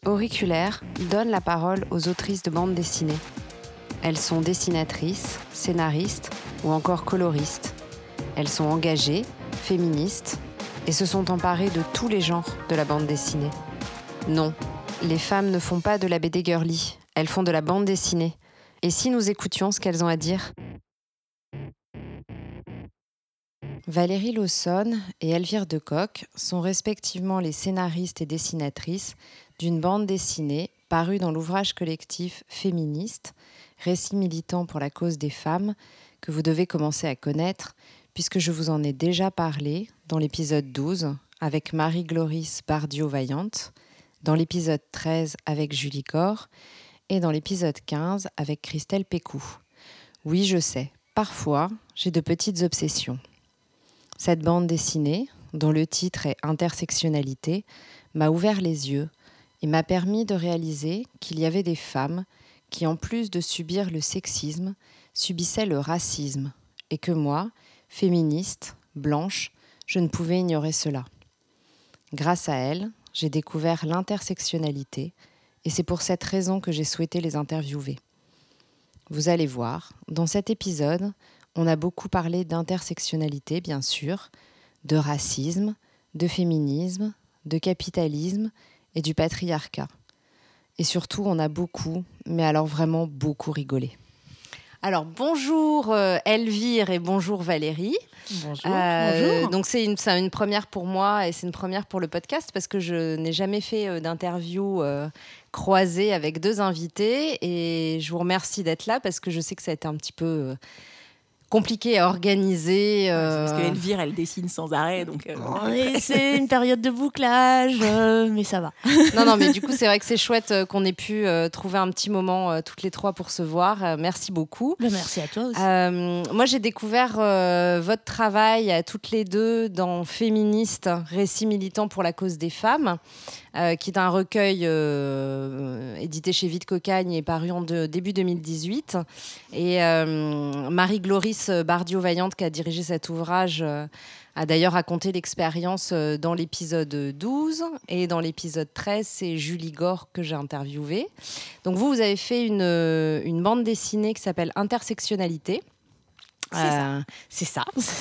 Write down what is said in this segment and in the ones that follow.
Auriculaire donne la parole aux autrices de bandes dessinées. Elles sont dessinatrices, scénaristes ou encore coloristes. Elles sont engagées, féministes et se sont emparées de tous les genres de la bande dessinée. Non, les femmes ne font pas de la BD girly, elles font de la bande dessinée. Et si nous écoutions ce qu'elles ont à dire ? Valérie Lawson et Elvire Decock sont respectivement les scénaristes et dessinatrices d'une bande dessinée parue dans l'ouvrage collectif Féministe, récit militant pour la cause des femmes, que vous devez commencer à connaître, puisque je vous en ai déjà parlé dans l'épisode 12 avec Marie-Gloris Bardio-Vaillante, dans l'épisode 13 avec Julie Corr et dans l'épisode 15 avec Christelle Pécou. Oui, je sais, parfois, j'ai de petites obsessions. Cette bande dessinée, dont le titre est Intersectionnalité, m'a ouvert les yeux et m'a permis de réaliser qu'il y avait des femmes qui, en plus de subir le sexisme, subissaient le racisme, et que moi, féministe, blanche, je ne pouvais ignorer cela. Grâce à elles, j'ai découvert l'intersectionnalité, et c'est pour cette raison que j'ai souhaité les interviewer. Vous allez voir, dans cet épisode, on a beaucoup parlé d'intersectionnalité, bien sûr, de racisme, de féminisme, de capitalisme et du patriarcat. Et surtout, on a beaucoup, mais alors vraiment beaucoup rigolé. Alors, bonjour Elvire et bonjour Valérie. Bonjour. Bonjour. Donc, c'est une première pour moi et c'est une première pour le podcast parce que je n'ai jamais fait d'interview croisée avec deux invités. Et je vous remercie d'être là parce que je sais que ça a été un petit peu compliqué à organiser. Parce qu'Elvire, elle dessine sans arrêt. Donc, c'est une période de bouclage, mais ça va. Non, mais du coup, c'est vrai que c'est chouette qu'on ait pu trouver un petit moment toutes les trois pour se voir. Merci beaucoup. Merci à toi aussi. Moi, j'ai découvert votre travail à toutes les deux dans Féministe, récit militant pour la cause des femmes, qui est un recueil édité chez Vide Cocagne et paru en début 2018. Et Marie-Gloris Bardio-Vaillante, qui a dirigé cet ouvrage, a d'ailleurs raconté l'expérience dans l'épisode 12. Et dans l'épisode 13, c'est Julie Corr que j'ai interviewée. Donc vous avez fait une bande dessinée qui s'appelle Intersectionnalité. C'est ça.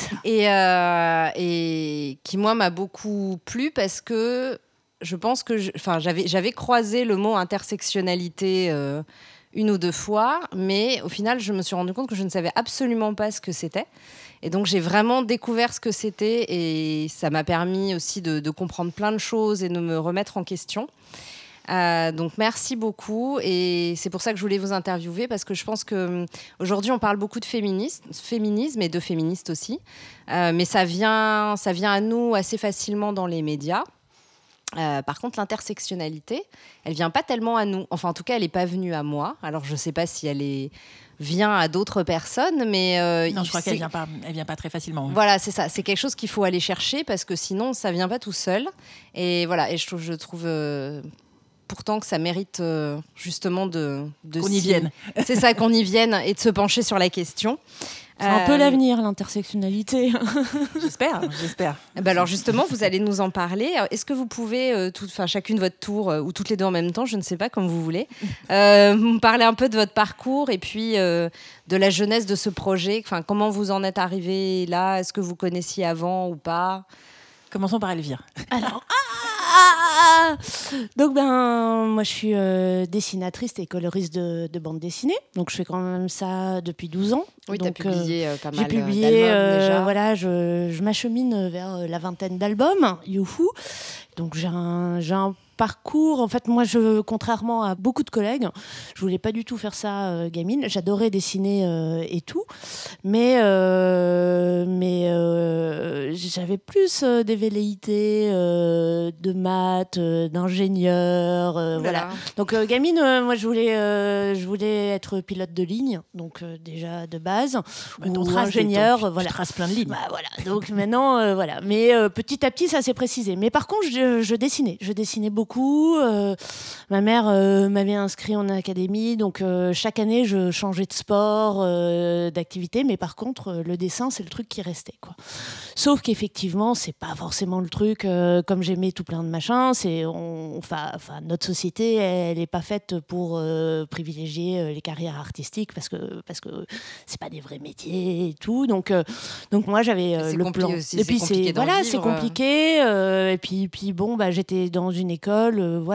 Et qui, moi, m'a beaucoup plu parce que je pense que j'avais croisé le mot intersectionnalité une ou deux fois, mais au final, je me suis rendu compte que je ne savais absolument pas ce que c'était. Et donc, j'ai vraiment découvert ce que c'était et ça m'a permis aussi de comprendre plein de choses et de me remettre en question. Donc, merci beaucoup. Et c'est pour ça que je voulais vous interviewer parce que je pense qu'aujourd'hui, on parle beaucoup de féminisme et de féministes aussi. Mais ça vient à nous assez facilement dans les médias. Par contre, l'intersectionnalité, elle vient pas tellement à nous. Enfin, en tout cas, elle n'est pas venue à moi. Alors, je ne sais pas si elle vient à d'autres personnes, mais non, je crois qu'elle vient pas très facilement. Voilà, c'est ça. C'est quelque chose qu'il faut aller chercher parce que sinon, ça vient pas tout seul. Et voilà. Et je trouve pourtant que ça mérite justement de qu'on y vienne. C'est ça, qu'on y vienne et de se pencher sur la question. C'est un peu l'avenir, l'intersectionnalité. J'espère. Alors justement, vous allez nous en parler. Alors, est-ce que vous pouvez, chacune votre tour, ou toutes les deux en même temps, je ne sais pas, comme vous voulez, me parler un peu de votre parcours et puis de la jeunesse de ce projet. Comment vous en êtes arrivés là ? Est-ce que vous connaissiez avant ou pas ? Commençons par Elvire. Alors, donc moi je suis dessinatrice et coloriste de bande dessinée, donc je fais quand même ça depuis 12 ans. Oui, tu as donc, publié pas mal j'ai publié, d'albums déjà. Voilà, je m'achemine vers la vingtaine d'albums, youhou. Donc j'ai un parcours, en fait, moi, contrairement à beaucoup de collègues, je voulais pas du tout faire ça gamine. J'adorais dessiner et tout, mais j'avais plus des velléités de maths, d'ingénieur, voilà. Donc gamine, moi, je voulais être pilote de ligne, donc déjà de base, ou ingénieur, voilà. Tu traces plein de lignes. Bah, voilà. Donc maintenant, voilà. Mais petit à petit, ça s'est précisé. Mais par contre, je dessinais beaucoup. beaucoup. Ma mère m'avait inscrit en académie, donc chaque année, je changeais de sport, d'activité, mais par contre, le dessin, c'est le truc qui restait, quoi. Sauf qu'effectivement, c'est pas forcément le truc, comme j'aimais tout plein de machins, notre société, elle n'est pas faite pour privilégier les carrières artistiques parce que c'est pas des vrais métiers et tout. Donc moi, j'avais le plan. Aussi, et puis c'est compliqué. Et puis bon, j'étais dans une école où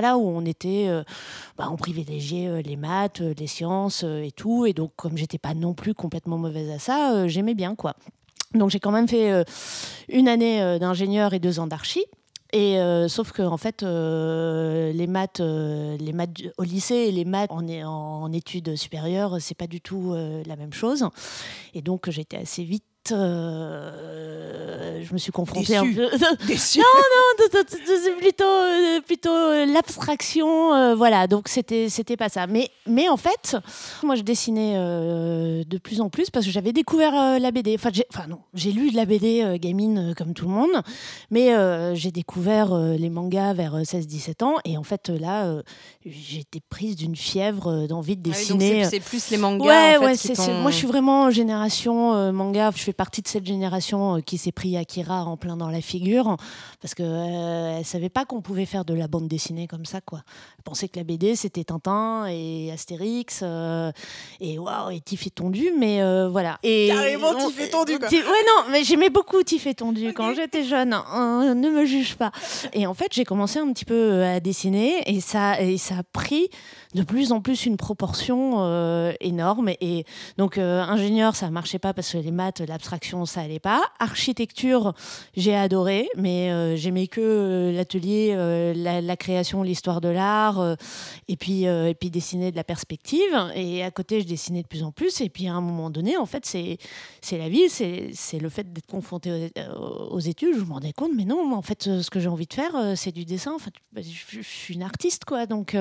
on privilégiait les maths, les sciences et tout. Et donc, comme j'étais pas non plus complètement mauvaise à ça, j'aimais bien, quoi. Donc j'ai quand même fait une année d'ingénieur et 2 ans d'archi. Et sauf que en fait, les maths au lycée et les maths en études supérieures, c'est pas du tout la même chose. Et donc j'étais assez vite. Je me suis confrontée un peu. Déçue. Non, c'est plutôt l'abstraction. Voilà, donc c'était pas ça. Mais en fait, moi je dessinais de plus en plus parce que j'avais découvert la BD. J'ai lu de la BD gamine comme tout le monde, mais j'ai découvert les mangas vers 16-17 ans. Et en fait, là, j'étais prise d'une fièvre d'envie de dessiner. Donc c'est plus les mangas. Moi je suis vraiment génération manga. Je fais partie de cette génération qui s'est pris Akira en plein dans la figure parce que elle savait pas qu'on pouvait faire de la bande dessinée comme ça, quoi. Elle pensait que la BD c'était Tintin et Astérix et Tiff et Tondu, mais voilà. Et carrément Tiff et Tondu, quoi. Mais j'aimais beaucoup Tiff et Tondu quand j'étais jeune. Ne me juge pas. Et en fait j'ai commencé un petit peu à dessiner et ça a pris de plus en plus une proportion énorme. Et donc ingénieur, ça marchait pas parce que les maths, l'abstraction, ça allait pas. Architecture, j'ai adoré, mais j'aimais que l'atelier, la création, l'histoire de l'art, et puis dessiner de la perspective. Et à côté, je dessinais de plus en plus. Et puis à un moment donné, en fait, c'est la vie, c'est le fait d'être confronté aux études. Je me rendais compte, mais non, en fait, ce que j'ai envie de faire, c'est du dessin. En fait, je suis une artiste, quoi. Donc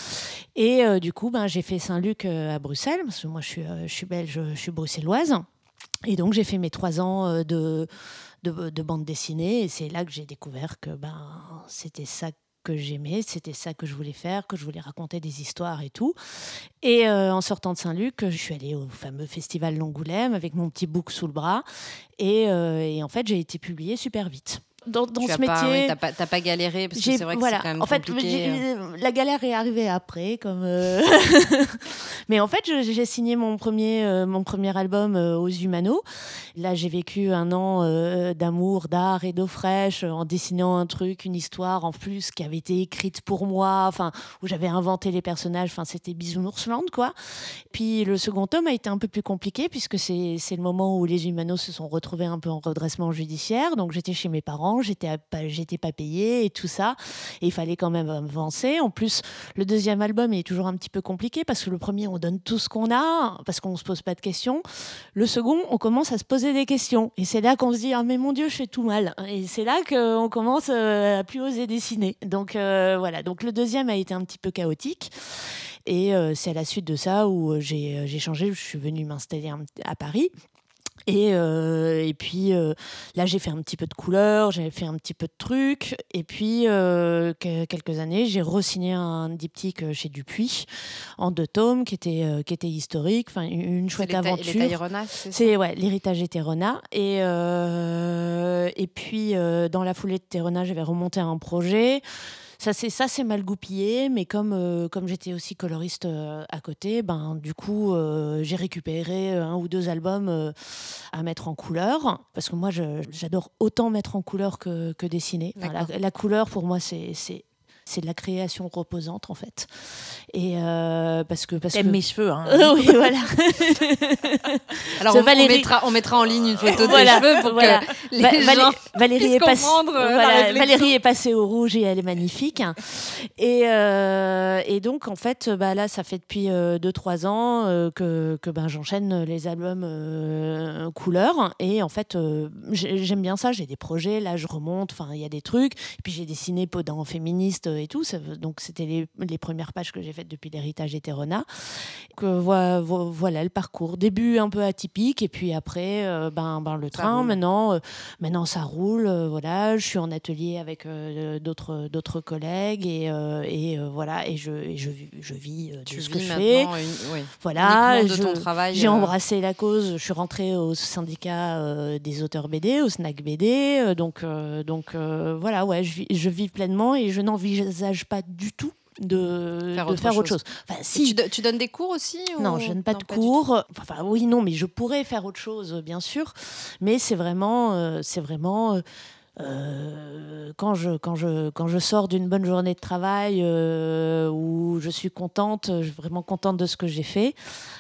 du coup, j'ai fait Saint-Luc à Bruxelles, parce que moi, je suis belge, je suis bruxelloise. Et donc, j'ai fait mes 3 ans de bande dessinée. Et c'est là que j'ai découvert que c'était ça que j'aimais, c'était ça que je voulais faire, que je voulais raconter des histoires et tout. Et en sortant de Saint-Luc, je suis allée au fameux festival d'Angoulême avec mon petit book sous le bras. Et en fait, j'ai été publiée super vite. Dans ce métier, t'as pas galéré parce que c'est vrai que c'est quand même compliqué. La galère est arrivée après, comme. Mais en fait, j'ai signé mon premier album aux Humano. Là, j'ai vécu un an d'amour, d'art et d'eau fraîche en dessinant un truc, une histoire en plus qui avait été écrite pour moi, où j'avais inventé les personnages. C'était Bisounoursland, quoi. Puis le second tome a été un peu plus compliqué puisque c'est le moment où les Humano se sont retrouvés un peu en redressement judiciaire. Donc j'étais chez mes parents. J'étais pas payée et tout ça, et il fallait quand même avancer. En plus, le deuxième album est toujours un petit peu compliqué parce que le premier, on donne tout ce qu'on a parce qu'on se pose pas de questions. Le second, on commence à se poser des questions, et c'est là qu'on se dit mais mon Dieu, je fais tout mal, et c'est là qu'on commence à plus oser dessiner. Donc voilà, donc le deuxième a été un petit peu chaotique. Et c'est à la suite de ça où j'ai changé, je suis venue m'installer à Paris. Et puis là, j'ai fait un petit peu de couleurs, j'ai fait un petit peu de trucs. Et puis, quelques années, j'ai re-signé un diptyque chez Dupuis en 2 tomes qui était historique, une chouette aventure. L'héritage Rona, c'est ça ? L'héritage Terrona. Et puis, dans la foulée de Terrona, j'avais remonté un projet. Ça c'est mal goupillé, mais comme j'étais aussi coloriste à côté, du coup j'ai récupéré 1 ou 2 albums à mettre en couleur, parce que moi j'adore autant mettre en couleur que dessiner. La couleur pour moi c'est de la création reposante, en fait. Et parce que mes cheveux, hein. Oui, voilà. Alors on mettra en ligne une photo des cheveux pour que les gens Valérie puissent comprendre. Valérie est passée au rouge et elle est magnifique. Et donc en fait, là, ça fait depuis 2-3 ans que j'enchaîne les albums couleurs. Et en fait, j'aime bien ça. J'ai des projets. Là, je remonte. Il y a des trucs. Et puis j'ai dessiné dans Féministe et tout. Donc, c'était les premières pages que j'ai faites depuis l'héritage Hétérona. Voilà le parcours. Début un peu atypique, et puis après, le train. Maintenant, ça roule. Voilà, je suis en atelier avec d'autres collègues, et je vis de ce que je fais. Voilà, de ton travail. J'ai embrassé la cause. Je suis rentrée au syndicat des auteurs BD, au SNAC BD. Voilà, ouais, je vis pleinement, et je n'envisage pas du tout de faire autre chose. Enfin, si. Tu donnes des cours aussi Non, je donne pas de cours. Enfin, oui, non, mais je pourrais faire autre chose, bien sûr. Mais c'est vraiment quand je sors d'une bonne journée de travail, où je suis contente, vraiment contente de ce que j'ai fait,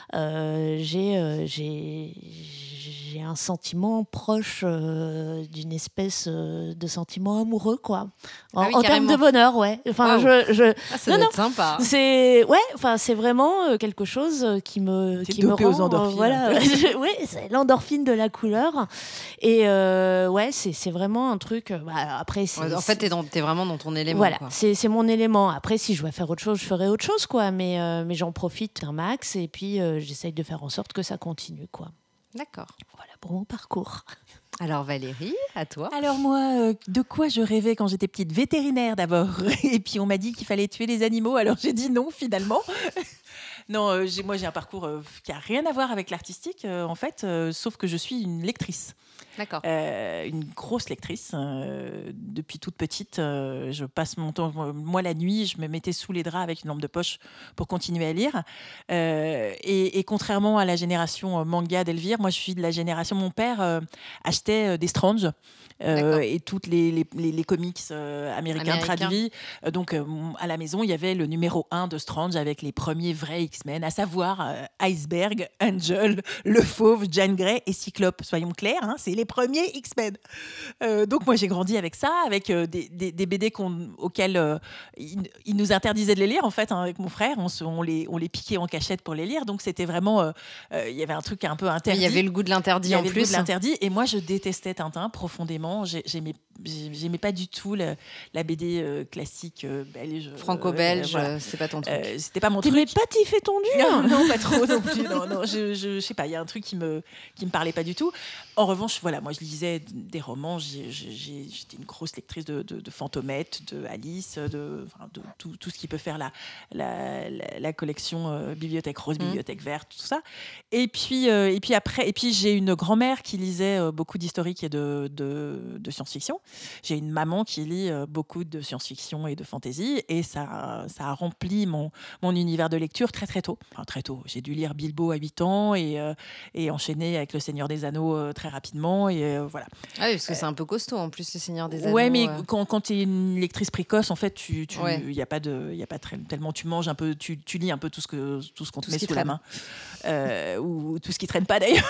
j'ai un sentiment proche d'une espèce de sentiment amoureux, quoi. En termes de bonheur, ouais. Enfin, ça doit être sympa. C'est vraiment quelque chose qui me rend aux endorphines. Voilà, oui, c'est l'endorphine de la couleur. Et c'est vraiment un truc. Après, en fait, t'es vraiment dans ton élément. Voilà, quoi. C'est mon élément. Après, si je dois faire autre chose, je ferai autre chose, quoi. Mais j'en profite un max, et puis j'essaye de faire en sorte que ça continue, quoi. D'accord. Voilà pour mon parcours. Alors Valérie, à toi. Alors moi, de quoi je rêvais quand j'étais petite? Vétérinaire d'abord. Et puis on m'a dit qu'il fallait tuer les animaux, alors j'ai dit non finalement. Non, j'ai un parcours qui n'a rien à voir avec l'artistique, en fait, sauf que je suis une lectrice. D'accord. Une grosse lectrice. Depuis toute petite, je passe mon temps, moi la nuit, je me mettais sous les draps avec une lampe de poche pour continuer à lire. Et contrairement à la génération manga d'Elvire, moi je suis de la génération, mon père achetait des Strange. Et toutes les comics américains traduits. Donc, à la maison, il y avait le numéro 1 de Strange avec les premiers vrais X-Men, à savoir Iceberg, Angel, Le Fauve, Jean Grey et Cyclope. Soyons clairs, hein, c'est les premiers X-Men. Donc, moi, j'ai grandi avec ça, avec des BD auxquels il nous interdisait de les lire, en fait, hein, avec mon frère. On les piquait en cachette pour les lire. Donc, c'était vraiment... Il y avait un truc un peu interdit. Il y avait le goût de l'interdit en plus. Il y avait le goût de l'interdit. Et moi, je détestais Tintin profondément. J'aimais pas du tout la BD classique belge. Franco-belge, voilà. c'était pas ton truc. C'était pas mon truc. T'aimais pas Tiff et Tondu? Non, pas trop non plus. Non, je sais pas, il y a un truc qui me parlait pas du tout. En revanche, voilà, moi je lisais des romans, j'étais une grosse lectrice de Fantomette, de Alice, de tout ce qui peut faire la collection Bibliothèque Rose, Bibliothèque Verte, tout ça. Et puis j'ai une grand-mère qui lisait beaucoup d'historique et de science-fiction. J'ai une maman qui lit beaucoup de science-fiction et de fantasy, et ça a rempli mon univers de lecture très très tôt. Enfin, très tôt. J'ai dû lire Bilbo à 8 ans et enchaîner avec Le Seigneur des Anneaux très rapidement. Et voilà. Ah oui, parce que c'est un peu costaud en plus, Le Seigneur des Anneaux. Ouais, mais quand tu es une lectrice précoce, en fait, y a pas tellement, tu manges un peu, tu lis un peu tout ce qu'on te met sous la main. Ou tout ce qui traîne pas d'ailleurs.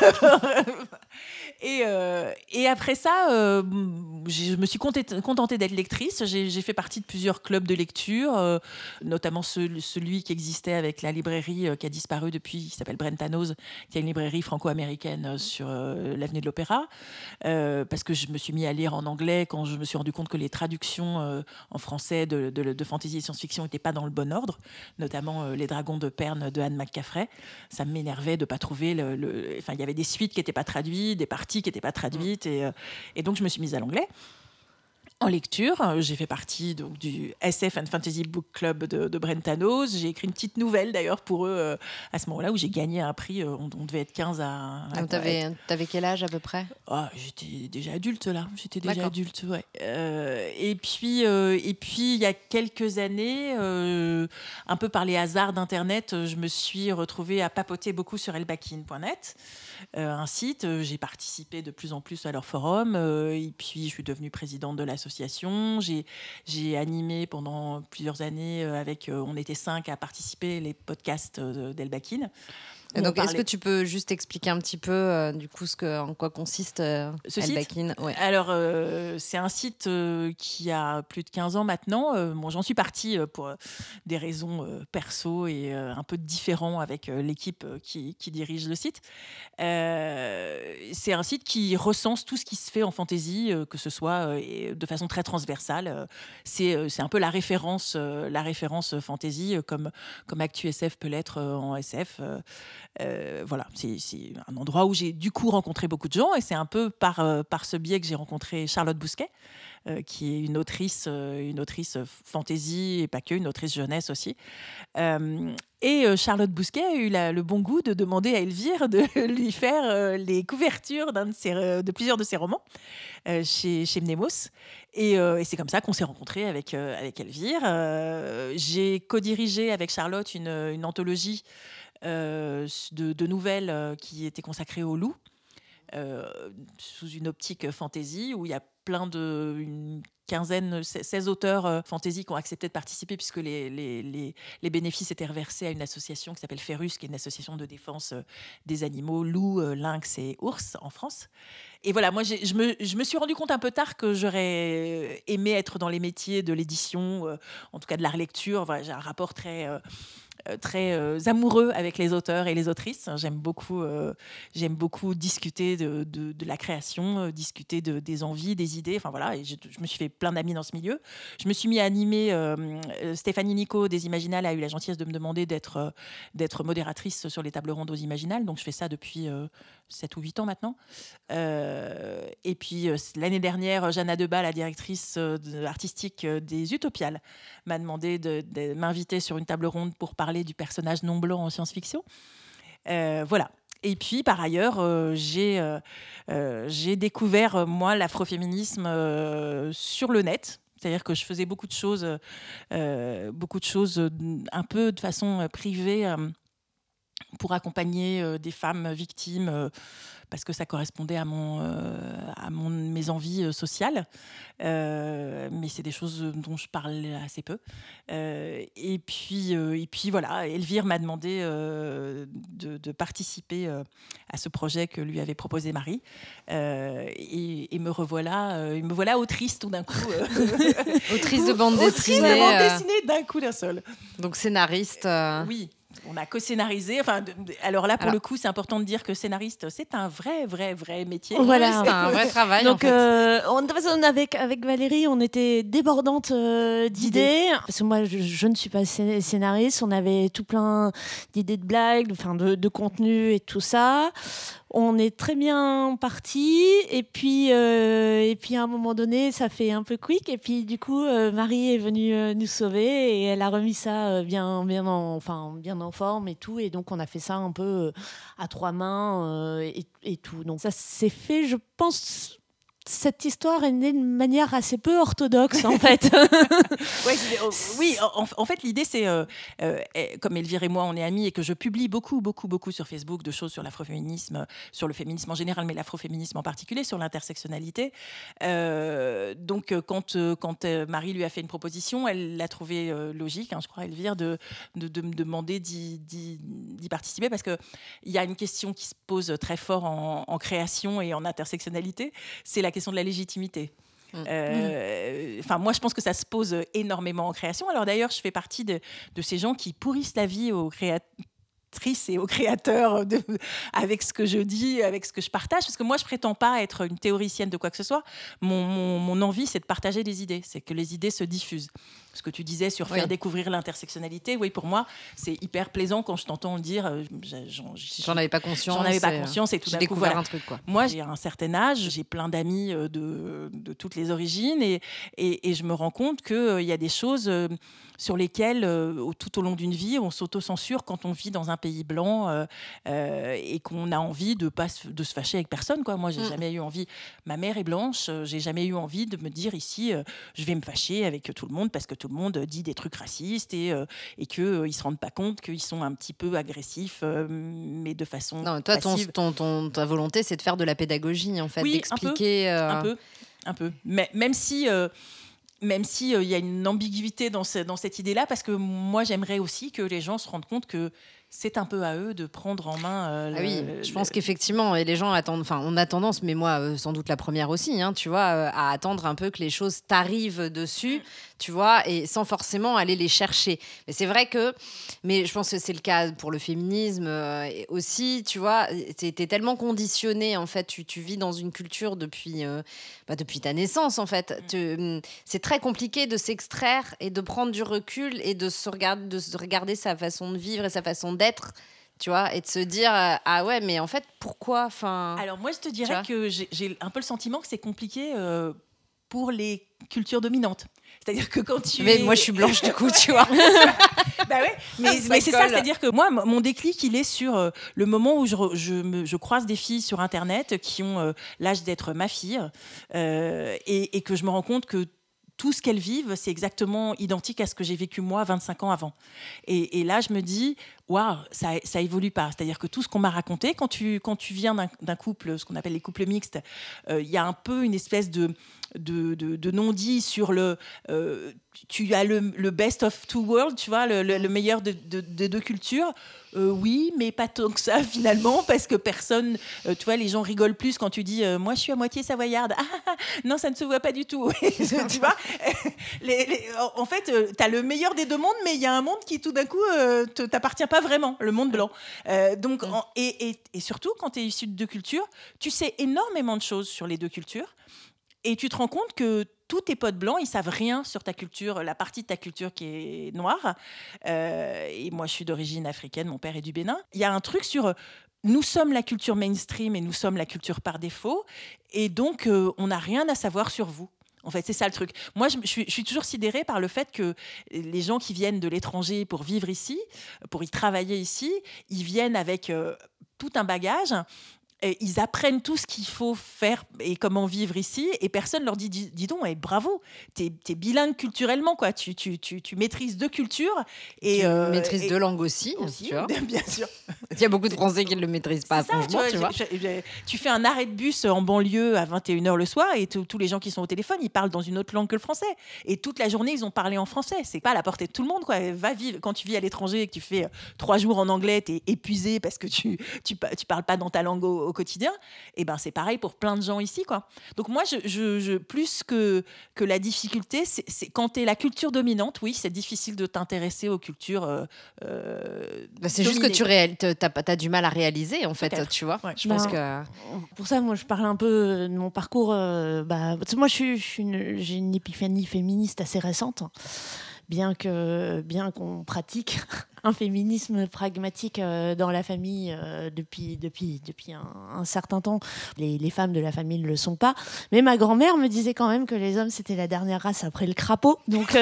Et après ça, je me suis contentée d'être lectrice. J'ai fait partie de plusieurs clubs de lecture, notamment celui qui existait avec la librairie qui a disparu depuis, qui s'appelle Brentanos, qui est une librairie franco-américaine sur l'avenue de l'Opéra, parce que je me suis mis à lire en anglais quand je me suis rendu compte que les traductions en français de fantasy et science-fiction n'étaient pas dans le bon ordre, notamment Les Dragons de Perne de Anne McCaffrey. Ça m'énervait de ne pas trouver il y avait des suites qui n'étaient pas traduites, des parties qui n'étaient pas traduites, et donc je me suis mise à l'anglais. En lecture, j'ai fait partie donc, du SF and Fantasy Book Club de Brentanos. J'ai écrit une petite nouvelle d'ailleurs pour eux à ce moment-là où j'ai gagné un prix. On devait être 15 à donc t'avais quel âge à peu près? J'étais déjà adulte là. Adulte, ouais. Et puis il y a quelques années, un peu par les hasards d'Internet, je me suis retrouvée à papoter beaucoup sur elbakin.net. Un site, j'ai participé de plus en plus à leur forum, et puis je suis devenue présidente de l'association. J'ai animé pendant plusieurs années on était 5 à participer les podcasts d'Elbakin. Et donc, est-ce que tu peux juste expliquer un petit peu du coup en quoi consiste ce Elbakin site? Ouais. Alors, c'est un site qui a plus de 15 ans maintenant. Bon, j'en suis partie pour des raisons perso et un peu différents avec l'équipe qui dirige le site. C'est un site qui recense tout ce qui se fait en fantasy, que ce soit de façon très transversale. C'est un peu la référence fantasy, comme ActuSF peut l'être en SF. Voilà, c'est un endroit où j'ai du coup rencontré beaucoup de gens, et c'est un peu par ce biais que j'ai rencontré Charlotte Bousquet, qui est une autrice fantasy et pas que, une autrice jeunesse aussi. Charlotte Bousquet a eu le bon goût de demander à Elvire de lui faire les couvertures de plusieurs de ses romans chez Mnemos. Et c'est comme ça qu'on s'est rencontrés avec Elvire. J'ai co-dirigé avec Charlotte une anthologie de nouvelles qui était consacrée au loup, sous une optique fantasy, où il y a une quinzaine, 16 auteurs fantasy qui ont accepté de participer, puisque les bénéfices étaient reversés à une association qui s'appelle Ferrus, qui est une association de défense des animaux, loups, lynx et ours en France. Et voilà, moi, je me suis rendu compte un peu tard que j'aurais aimé être dans les métiers de l'édition, en tout cas de la relecture. Voilà, j'ai un rapport très amoureux avec les auteurs et les autrices. J'aime beaucoup discuter de la création, discuter des envies, des idées. Enfin voilà, et je me suis fait plein d'amis dans ce milieu. Je me suis mis à animer. Stéphanie Nico des Imaginales a eu la gentillesse de me demander d'être modératrice sur les tables rondes aux Imaginales. Donc je fais ça depuis 7 ou 8 ans maintenant. Et puis l'année dernière, Jeanne Debal, la directrice artistique des Utopiales, m'a demandé de m'inviter sur une table ronde pour parler du personnage non blanc en science-fiction. Voilà. Et puis, par ailleurs, j'ai découvert, moi, l'afroféminisme sur le net. C'est-à-dire que je faisais beaucoup de choses un peu de façon privée, pour accompagner des femmes victimes, parce que ça correspondait à mes envies sociales. Mais c'est des choses dont je parle assez peu. Et puis voilà, Elvire m'a demandé de participer à ce projet que lui avait proposé Marie. Et me voilà autrice tout d'un coup. Autrice de bande dessinée. Autrice de bande dessinée d'un coup, d'un seul. Donc scénariste. Oui. On a co-scénarisé. Alors là, pour le coup, c'est important de dire que scénariste, c'est un vrai métier. Voilà, c'est un vrai travail. Donc, en fait. Avec Valérie, on était débordantes d'idées. Parce que moi, je ne suis pas scénariste. On avait tout plein d'idées de blagues, de contenu et tout ça. On est très bien partis, et puis à un moment donné, ça fait un peu quick, et puis du coup, Marie est venue nous sauver, et elle a remis ça bien en forme et tout, et donc on a fait ça un peu à 3 mains et tout. Donc ça s'est fait, je pense. Cette histoire est née de manière assez peu orthodoxe, en fait. Oui, en fait, l'idée, c'est, comme Elvire et moi, on est amis, et que je publie beaucoup sur Facebook de choses sur l'afroféminisme, sur le féminisme en général, mais l'afroféminisme en particulier, sur l'intersectionnalité. Donc, quand Marie lui a fait une proposition, elle l'a trouvé logique, je crois, Elvire, de me demander d'y participer, parce qu'il y a une question qui se pose très fort en création et en intersectionnalité, c'est la question de la légitimité. Moi, je pense que ça se pose énormément en création. Alors d'ailleurs, je fais partie de ces gens qui pourrissent la vie aux créatrices et aux créateurs avec ce que je dis, avec ce que je partage, parce que moi, je prétends pas être une théoricienne de quoi que ce soit. Mon envie, c'est de partager des idées, c'est que les idées se diffusent. Ce que tu disais sur faire découvrir l'intersectionnalité, oui, pour moi, c'est hyper plaisant quand je t'entends le dire. J'en avais pas conscience. Et tout d'un coup, découvert un truc, quoi. Moi, j'ai un certain âge, j'ai plein d'amis de toutes les origines, et je me rends compte qu'il y a des choses sur lesquelles, tout au long d'une vie, on s'auto-censure quand on vit dans un pays blanc, et qu'on a envie de se fâcher avec personne, quoi. Moi, j'ai jamais eu envie. Ma mère est blanche, j'ai jamais eu envie de me dire ici, je vais me fâcher avec tout le monde parce que tout le monde dit des trucs racistes, et qu'ils ne se rendent pas compte qu'ils sont un petit peu agressifs, mais de façon passive. Ta volonté, c'est de faire de la pédagogie, en fait, d'expliquer. Un peu. Mais même si y a une ambiguïté dans cette idée-là, parce que moi, j'aimerais aussi que les gens se rendent compte que c'est un peu à eux de prendre en main. Je pense qu'effectivement, et les gens attendent. Enfin, on a tendance, mais moi, sans doute la première aussi, tu vois, à attendre un peu que les choses t'arrivent dessus, tu vois, et sans forcément aller les chercher. Mais c'est vrai que, mais je pense que c'est le cas pour le féminisme aussi, tu vois. T'es tellement conditionné, en fait. Tu vis dans une culture depuis ta naissance, en fait. C'est très compliqué de s'extraire et de prendre du recul et de se regarder sa façon de vivre et sa façon d'être, tu vois, et de se dire ah ouais, mais en fait pourquoi, Alors moi je te dirais que j'ai un peu le sentiment que c'est compliqué pour les cultures dominantes. C'est-à-dire que quand moi je suis blanche du coup, tu vois. Bah ouais, mais c'est ça, c'est-à-dire que moi mon déclic il est sur le moment où je croise des filles sur internet qui ont l'âge d'être ma fille et que je me rends compte que tout ce qu'elles vivent, c'est exactement identique à ce que j'ai vécu moi 25 ans avant. Et là, je me dis, waouh, ça évolue pas. C'est-à-dire que tout ce qu'on m'a raconté, quand tu viens d'un couple, ce qu'on appelle les couples mixtes, il y a un peu une espèce de non-dit sur tu as le best of two worlds, tu vois, le meilleur de deux cultures. Oui, mais pas tant que ça finalement, parce que personne, tu vois, les gens rigolent plus quand tu dis moi je suis à moitié savoyarde. Non, ça ne se voit pas du tout. Tu vois, en fait, tu as le meilleur des deux mondes, mais il y a un monde qui tout d'un coup t'appartient pas vraiment, le monde blanc. Donc, et surtout, quand tu es issu de deux cultures, tu sais énormément de choses sur les deux cultures. Et tu te rends compte que tous tes potes blancs, ils savent rien sur ta culture, la partie de ta culture qui est noire. Et moi, je suis d'origine africaine, mon père est du Bénin. Il y a un truc sur nous sommes la culture mainstream et nous sommes la culture par défaut. Et donc, on n'a rien à savoir sur vous. En fait, c'est ça le truc. Moi, je suis toujours sidérée par le fait que les gens qui viennent de l'étranger pour vivre ici, pour y travailler ici, ils viennent avec tout un bagage. Et ils apprennent tout ce qu'il faut faire et comment vivre ici, et personne leur dit dis donc, bravo, t'es bilingue culturellement, quoi. Tu maîtrises deux cultures et tu maîtrises deux langues aussi, tu vois. Bien sûr. Il y a beaucoup de Français qui ne le maîtrisent pas, franchement, tu vois. Tu fais un arrêt de bus en banlieue à 21h le soir et tous les gens qui sont au téléphone, ils parlent dans une autre langue que le français. Et toute la journée, ils ont parlé en français. C'est pas à la portée de tout le monde, quoi. Va vivre. Quand tu vis à l'étranger et que tu fais 3 jours en anglais, t'es épuisé parce que tu parles pas dans ta langue au quotidien. Et ben c'est pareil pour plein de gens ici, quoi. Donc moi, je plus que la difficulté, c'est quand t'es la culture dominante, oui, c'est difficile de t'intéresser aux cultures. C'est juste que t'as du mal à réaliser, en fait, peut-être. Tu vois. Ouais. Je pense que pour ça, moi, je parle un peu de mon parcours. Parce que moi, j'ai une épiphanie féministe assez récente, bien qu'on pratique un féminisme pragmatique dans la famille depuis un certain temps. Les femmes de la famille ne le sont pas. Mais ma grand-mère me disait quand même que les hommes, c'était la dernière race après le crapaud. Donc,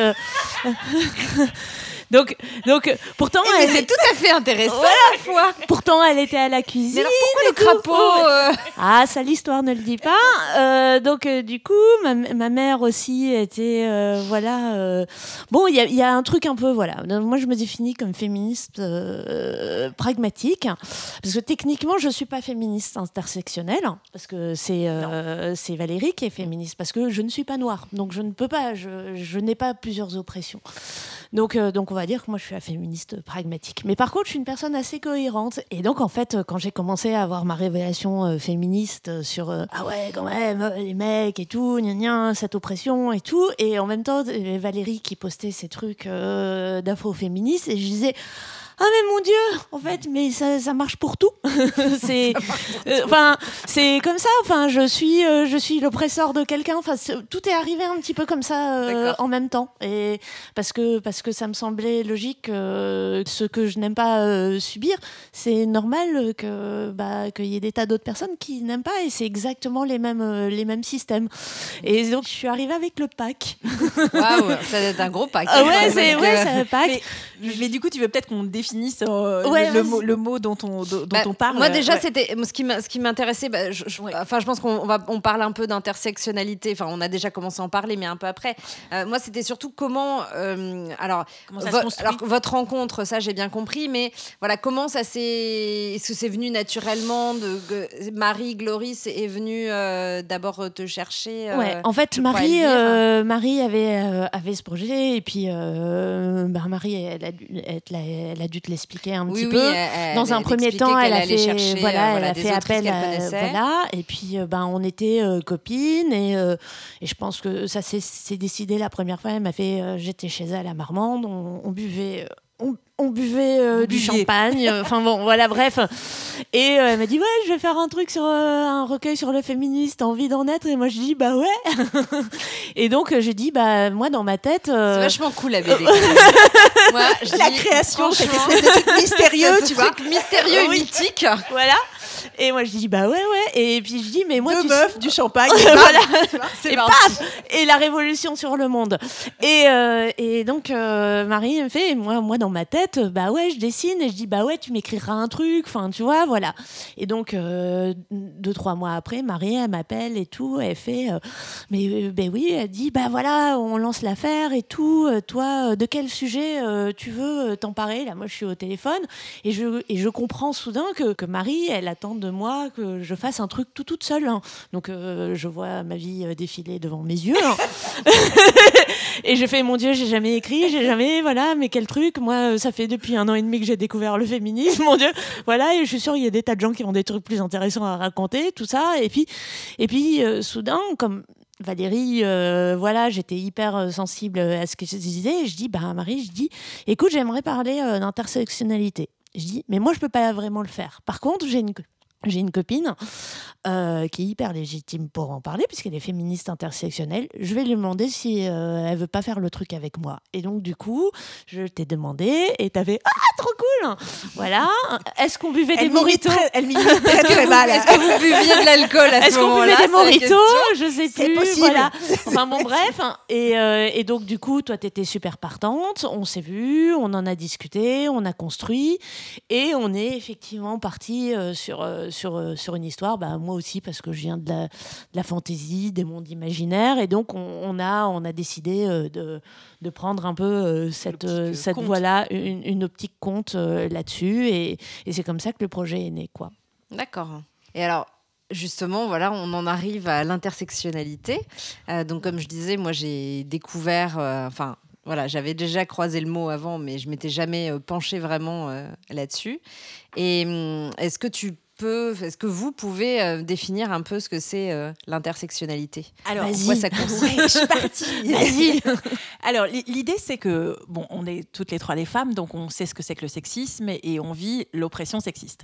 donc pourtant... c'est tout à fait intéressant à la fois. Pourtant, elle était à la cuisine. Mais alors, pourquoi le crapaud Ah, ça, l'histoire ne le dit pas. Donc, du coup, ma mère aussi était... Bon, il y a un truc un peu... Voilà. Moi, je me définis comme féministe pragmatique, parce que techniquement je suis pas féministe intersectionnelle, parce que c'est Valérie qui est féministe, parce que je ne suis pas noire, donc je ne peux pas, je n'ai pas plusieurs oppressions, donc on va dire que moi je suis la féministe pragmatique. Mais par contre je suis une personne assez cohérente, et donc en fait quand j'ai commencé à avoir ma révélation féministe sur ah ouais quand même les mecs et tout, gna gna, cette oppression et tout, et en même temps Valérie qui postait ces trucs d'afro-féministes, et je disais ah mais mon Dieu, en fait, mais ça marche pour tout. C'est comme ça. Enfin, je suis l'oppresseur de quelqu'un. Enfin, tout est arrivé un petit peu comme ça en même temps. Et parce que ça me semblait logique. Ce que je n'aime pas subir, c'est normal qu'il y ait des tas d'autres personnes qui n'aiment pas. Et c'est exactement les mêmes systèmes. Et donc, je suis arrivée avec le pack. Waouh, ça doit être un gros pack. Ah ouais, c'est un pack. Mais du coup, tu veux peut-être qu'on définisse le mot dont on parle. Moi déjà, c'était ce qui m'intéressait. Je pense qu'on parle un peu d'intersectionnalité. Enfin, on a déjà commencé à en parler, mais un peu après. Moi, c'était surtout comment votre rencontre, ça j'ai bien compris, mais voilà, comment ça s'est. Est-ce que c'est venu naturellement Marie Gloris est venue d'abord te chercher. Ouais, en fait, Marie avait ce projet, et puis Marie, elle a dû dû te l'expliquer un oui, petit peu. Dans un premier temps, elle a fait, chercher, elle a fait appel à, et puis on était copines et je pense que ça s'est décidé la première fois. Elle m'a fait, j'étais chez elle à Marmande, on buvait. On buvait du champagne, enfin bon, voilà, bref. Et elle m'a dit, ouais, je vais faire un truc sur un recueil sur le féministe, t'as envie d'en être? Et moi, je dis, bah ouais. Et donc, j'ai dit, bah moi, dans ma tête... C'est vachement cool, la BD. Moi, la création, c'est des trucs mystérieux, tu vois. Mystérieux et mythique. Voilà. Et moi, je dis, bah ouais. Et puis, je dis, mais moi, deux meufs, du champagne. Voilà. C'est et paf, et la révolution sur le monde. Et donc, Marie me fait, moi, dans ma tête, bah ouais, je dessine. Et je dis, bah ouais, tu m'écriras un truc. Enfin, tu vois, voilà. Et donc, 2-3 mois après, Marie, elle m'appelle et tout. Elle fait, ben oui, elle dit, bah voilà, on lance l'affaire et tout. Toi, de quel sujet tu veux t'emparer? Là, moi, je suis au téléphone. Et je comprends soudain que Marie, elle attend de moi que je fasse un truc toute seule. Hein. Donc, je vois ma vie défiler devant mes yeux. Hein. Et je fais, mon Dieu, j'ai jamais écrit, voilà, mais quel truc. Moi, ça fait depuis 1 an et demi que j'ai découvert le féminisme, mon Dieu. Voilà, et je suis sûre qu'il y a des tas de gens qui ont des trucs plus intéressants à raconter, tout ça. Et puis soudain, comme Valérie, voilà, j'étais hyper sensible à ce que je disais. Et je dis, bah Marie, écoute, j'aimerais parler d'intersectionnalité. Je dis, mais moi, je peux pas vraiment le faire. Par contre, j'ai une copine qui est hyper légitime pour en parler, puisqu'elle est féministe intersectionnelle. Je vais lui demander si elle veut pas faire le truc avec moi. Et donc, du coup, je t'ai demandé et t'avais « Ah, trop cool !» Voilà. Est-ce qu'on buvait des mojitos? Elle m'imite très mal. Est-ce que vous buviez de l'alcool à ce moment-là? Est-ce qu'on buvait des mojitos? Je sais plus. Possible. Voilà. Enfin bon, bref. Et donc, du coup, toi, t'étais super partante. On s'est vus, on en a discuté, on a construit. Et on est effectivement parti sur une histoire, moi aussi, parce que je viens de la fantaisie, des mondes imaginaires, et donc on a décidé de prendre un peu cette voie-là, une optique conte là-dessus, et c'est comme ça que le projet est né, quoi. D'accord. Et alors, justement, voilà, on en arrive à l'intersectionnalité. Donc, comme je disais, moi, j'ai découvert... Voilà, j'avais déjà croisé le mot avant, mais je m'étais jamais penchée vraiment là-dessus. Et est-ce que vous pouvez définir un peu ce que c'est l'intersectionnalité? Alors, en quoi ça consiste? Ouais, je suis partie. Vas-y. Alors, l'idée, c'est que, on est toutes les trois des femmes, donc on sait ce que c'est que le sexisme et on vit l'oppression sexiste.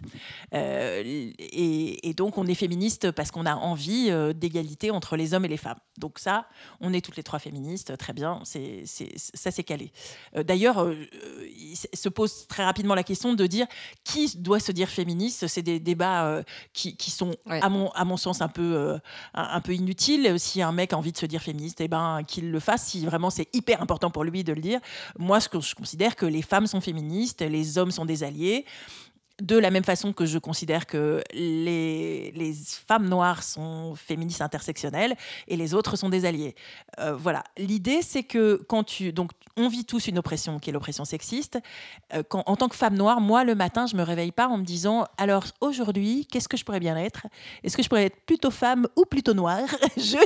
Et donc, on est féministe parce qu'on a envie d'égalité entre les hommes et les femmes. Donc ça, on est toutes les trois féministes, très bien, ça c'est calé. D'ailleurs, il se pose très rapidement la question de dire qui doit se dire féministe. C'est des débats qui sont, ouais, à mon sens, un peu inutiles. Si un mec a envie de se dire féministe, qu'il le fasse, si vraiment c'est hyper important pour lui de le dire. Moi, je considère que les femmes sont féministes, les hommes sont des alliés. De la même façon que je considère que les femmes noires sont féministes intersectionnelles et les autres sont des alliés. Voilà. L'idée, c'est que donc, on vit tous une oppression qui est l'oppression sexiste. En tant que femme noire, moi, le matin, je me réveille pas en me disant « Alors, aujourd'hui, qu'est-ce que je pourrais bien être? Est-ce que je pourrais être plutôt femme ou plutôt noire ?» Je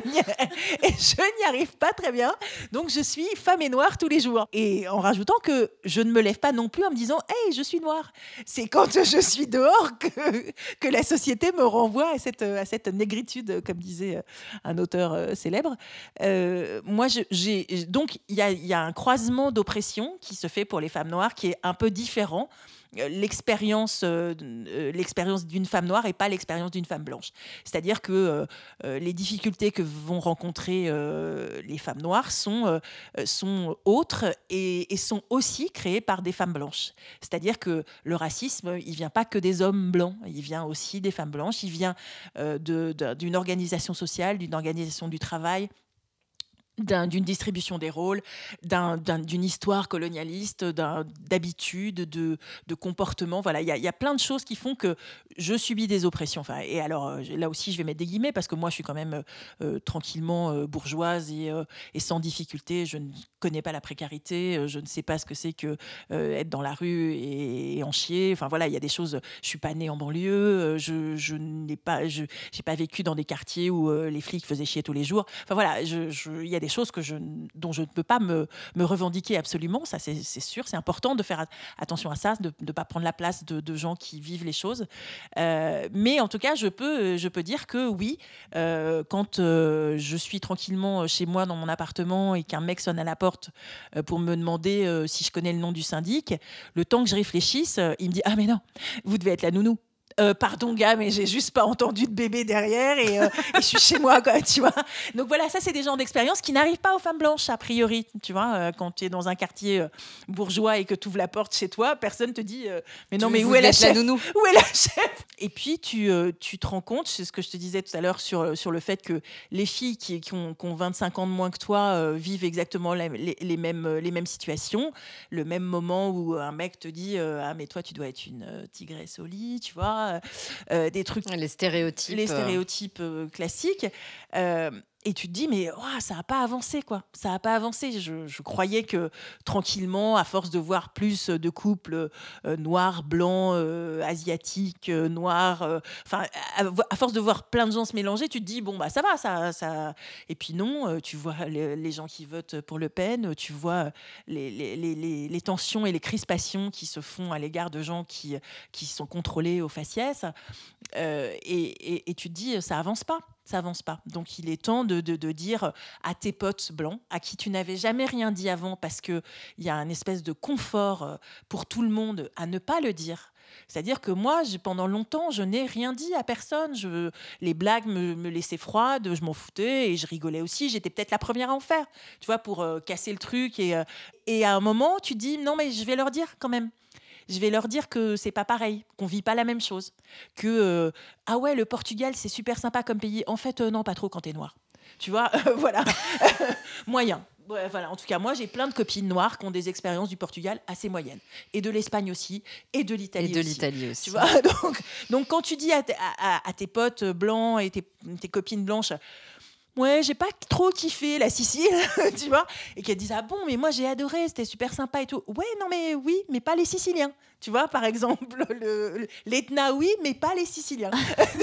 n'y arrive pas très bien. Donc, je suis femme et noire tous les jours. Et en rajoutant que je ne me lève pas non plus en me disant « Hey, je suis noire !» C'est quand je suis dehors que la société me renvoie à cette négritude, comme disait un auteur célèbre. Moi, donc, il y a un croisement d'oppression qui se fait pour les femmes noires qui est un peu différent. L'expérience d'une femme noire et pas l'expérience d'une femme blanche. C'est-à-dire que les difficultés que vont rencontrer les femmes noires sont autres et sont aussi créées par des femmes blanches. C'est-à-dire que le racisme, il vient pas que des hommes blancs, il vient aussi des femmes blanches, il vient d'une organisation sociale, d'une organisation du travail, d'une distribution des rôles, d'une histoire colonialiste, d'habitudes, de comportements. Voilà, il y a plein de choses qui font que je subis des oppressions. Enfin, et alors, là aussi, je vais mettre des guillemets parce que moi, je suis quand même tranquillement bourgeoise et sans difficulté. Je ne connais pas la précarité. Je ne sais pas ce que c'est que être dans la rue et en chier. Enfin, voilà, il y a des choses... Je ne suis pas née en banlieue. Je n'ai pas vécu dans des quartiers où les flics faisaient chier tous les jours. Enfin, voilà, il y a des choses dont je ne peux pas me revendiquer absolument, ça c'est sûr, c'est important de faire attention à ça, de ne pas prendre la place de gens qui vivent les choses. Mais en tout cas, je peux dire que oui, quand je suis tranquillement chez moi dans mon appartement et qu'un mec sonne à la porte pour me demander si je connais le nom du syndic, le temps que je réfléchisse, il me dit « Ah mais non, vous devez être la nounou ». Pardon gars, mais j'ai juste pas entendu de bébé derrière et je suis chez moi, quoi, tu vois. Donc voilà, ça c'est des genres d'expériences qui n'arrivent pas aux femmes blanches a priori, tu vois. Quand tu es dans un quartier bourgeois et que tu ouvres la porte chez toi, personne te dit mais non, mais où est la chef, où est la chef. Et puis tu te rends compte, c'est ce que je te disais tout à l'heure sur le fait que les filles qui ont 25 ans de moins que toi vivent exactement les mêmes situations, le même moment où un mec te dit ah mais toi tu dois être une tigresse au lit, tu vois. Des trucs, les stéréotypes classiques, et tu te dis mais ça n'a pas avancé, quoi, ça n'a pas avancé. Je croyais que tranquillement, à force de voir plus de couples noirs, blancs, asiatiques, noirs, enfin à force de voir plein de gens se mélanger, tu te dis bon bah ça va, ça. Et puis non, tu vois les gens qui votent pour Le Pen, tu vois les tensions et les crispations qui se font à l'égard de gens qui sont contrôlés au faciès, et tu te dis ça avance pas. Donc il est temps de dire à tes potes blancs, à qui tu n'avais jamais rien dit avant, parce qu'il y a une espèce de confort pour tout le monde à ne pas le dire. C'est-à-dire que moi, pendant longtemps, je n'ai rien dit à personne. Les blagues me laissaient froide, je m'en foutais et je rigolais aussi. J'étais peut-être la première à en faire, tu vois, pour casser le truc. Et à un moment, tu dis non, mais je vais leur dire quand même. Je vais leur dire que c'est pas pareil, qu'on vit pas la même chose, que ah ouais, le Portugal c'est super sympa comme pays. En fait non, pas trop quand t'es noir. Tu vois, voilà. Moyen. Ouais, voilà. En tout cas, moi j'ai plein de copines noires qui ont des expériences du Portugal assez moyennes, et de l'Espagne aussi, et de l'Italie aussi. Tu vois, donc quand tu dis à tes potes blancs et tes copines blanches, ouais, j'ai pas trop kiffé la Sicile, tu vois, et qu'elles disent ah bon, mais moi j'ai adoré, c'était super sympa et tout. Ouais, non mais oui, mais pas les Siciliens, tu vois, par exemple l'Etna, oui, mais pas les Siciliens.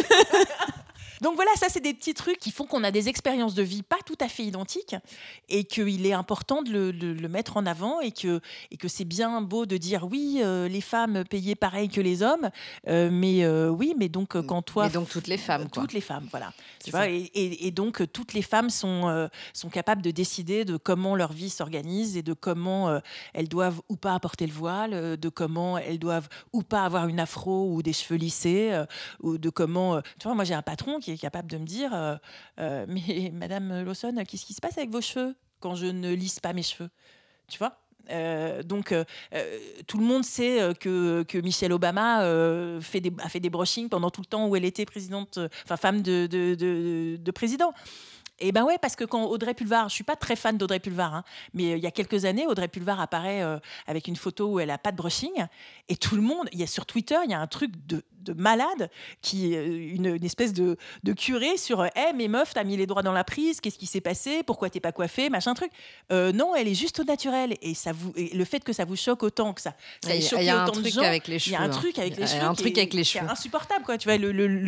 Donc voilà, ça c'est des petits trucs qui font qu'on a des expériences de vie pas tout à fait identiques, et qu'il est important de le mettre en avant, et que c'est bien beau de dire oui, les femmes payaient pareil que les hommes, mais oui, mais donc quand toi... Mais donc toutes les femmes, quoi. Toutes les femmes, voilà. Tu vois, et donc toutes les femmes sont capables de décider de comment leur vie s'organise, et de comment elles doivent ou pas porter le voile, de comment elles doivent ou pas avoir une afro ou des cheveux lissés, ou de comment... tu vois, moi j'ai un patron qui est capable de me dire mais Madame Lawson, qu'est-ce qui se passe avec vos cheveux quand je ne lisse pas mes cheveux, tu vois. Donc tout le monde sait que Michelle Obama a fait des brushings pendant tout le temps où elle était femme de président. Et ben ouais, parce que quand Audrey Pulvar, je suis pas très fan d'Audrey Pulvar, hein, mais il y a quelques années, Audrey Pulvar apparaît avec une photo où elle a pas de brushing, et tout le monde, sur Twitter, il y a un truc de malade, qui une espèce de curé sur hey, mais meuf, t'as mis les doigts dans la prise, qu'est-ce qui s'est passé, pourquoi t'es pas coiffée, machin truc. Non, elle est juste au naturel, et le fait que ça vous choque autant, que ça ait choqué autant de gens, il y a un truc avec les cheveux qui est insupportable, quoi. Tu vois,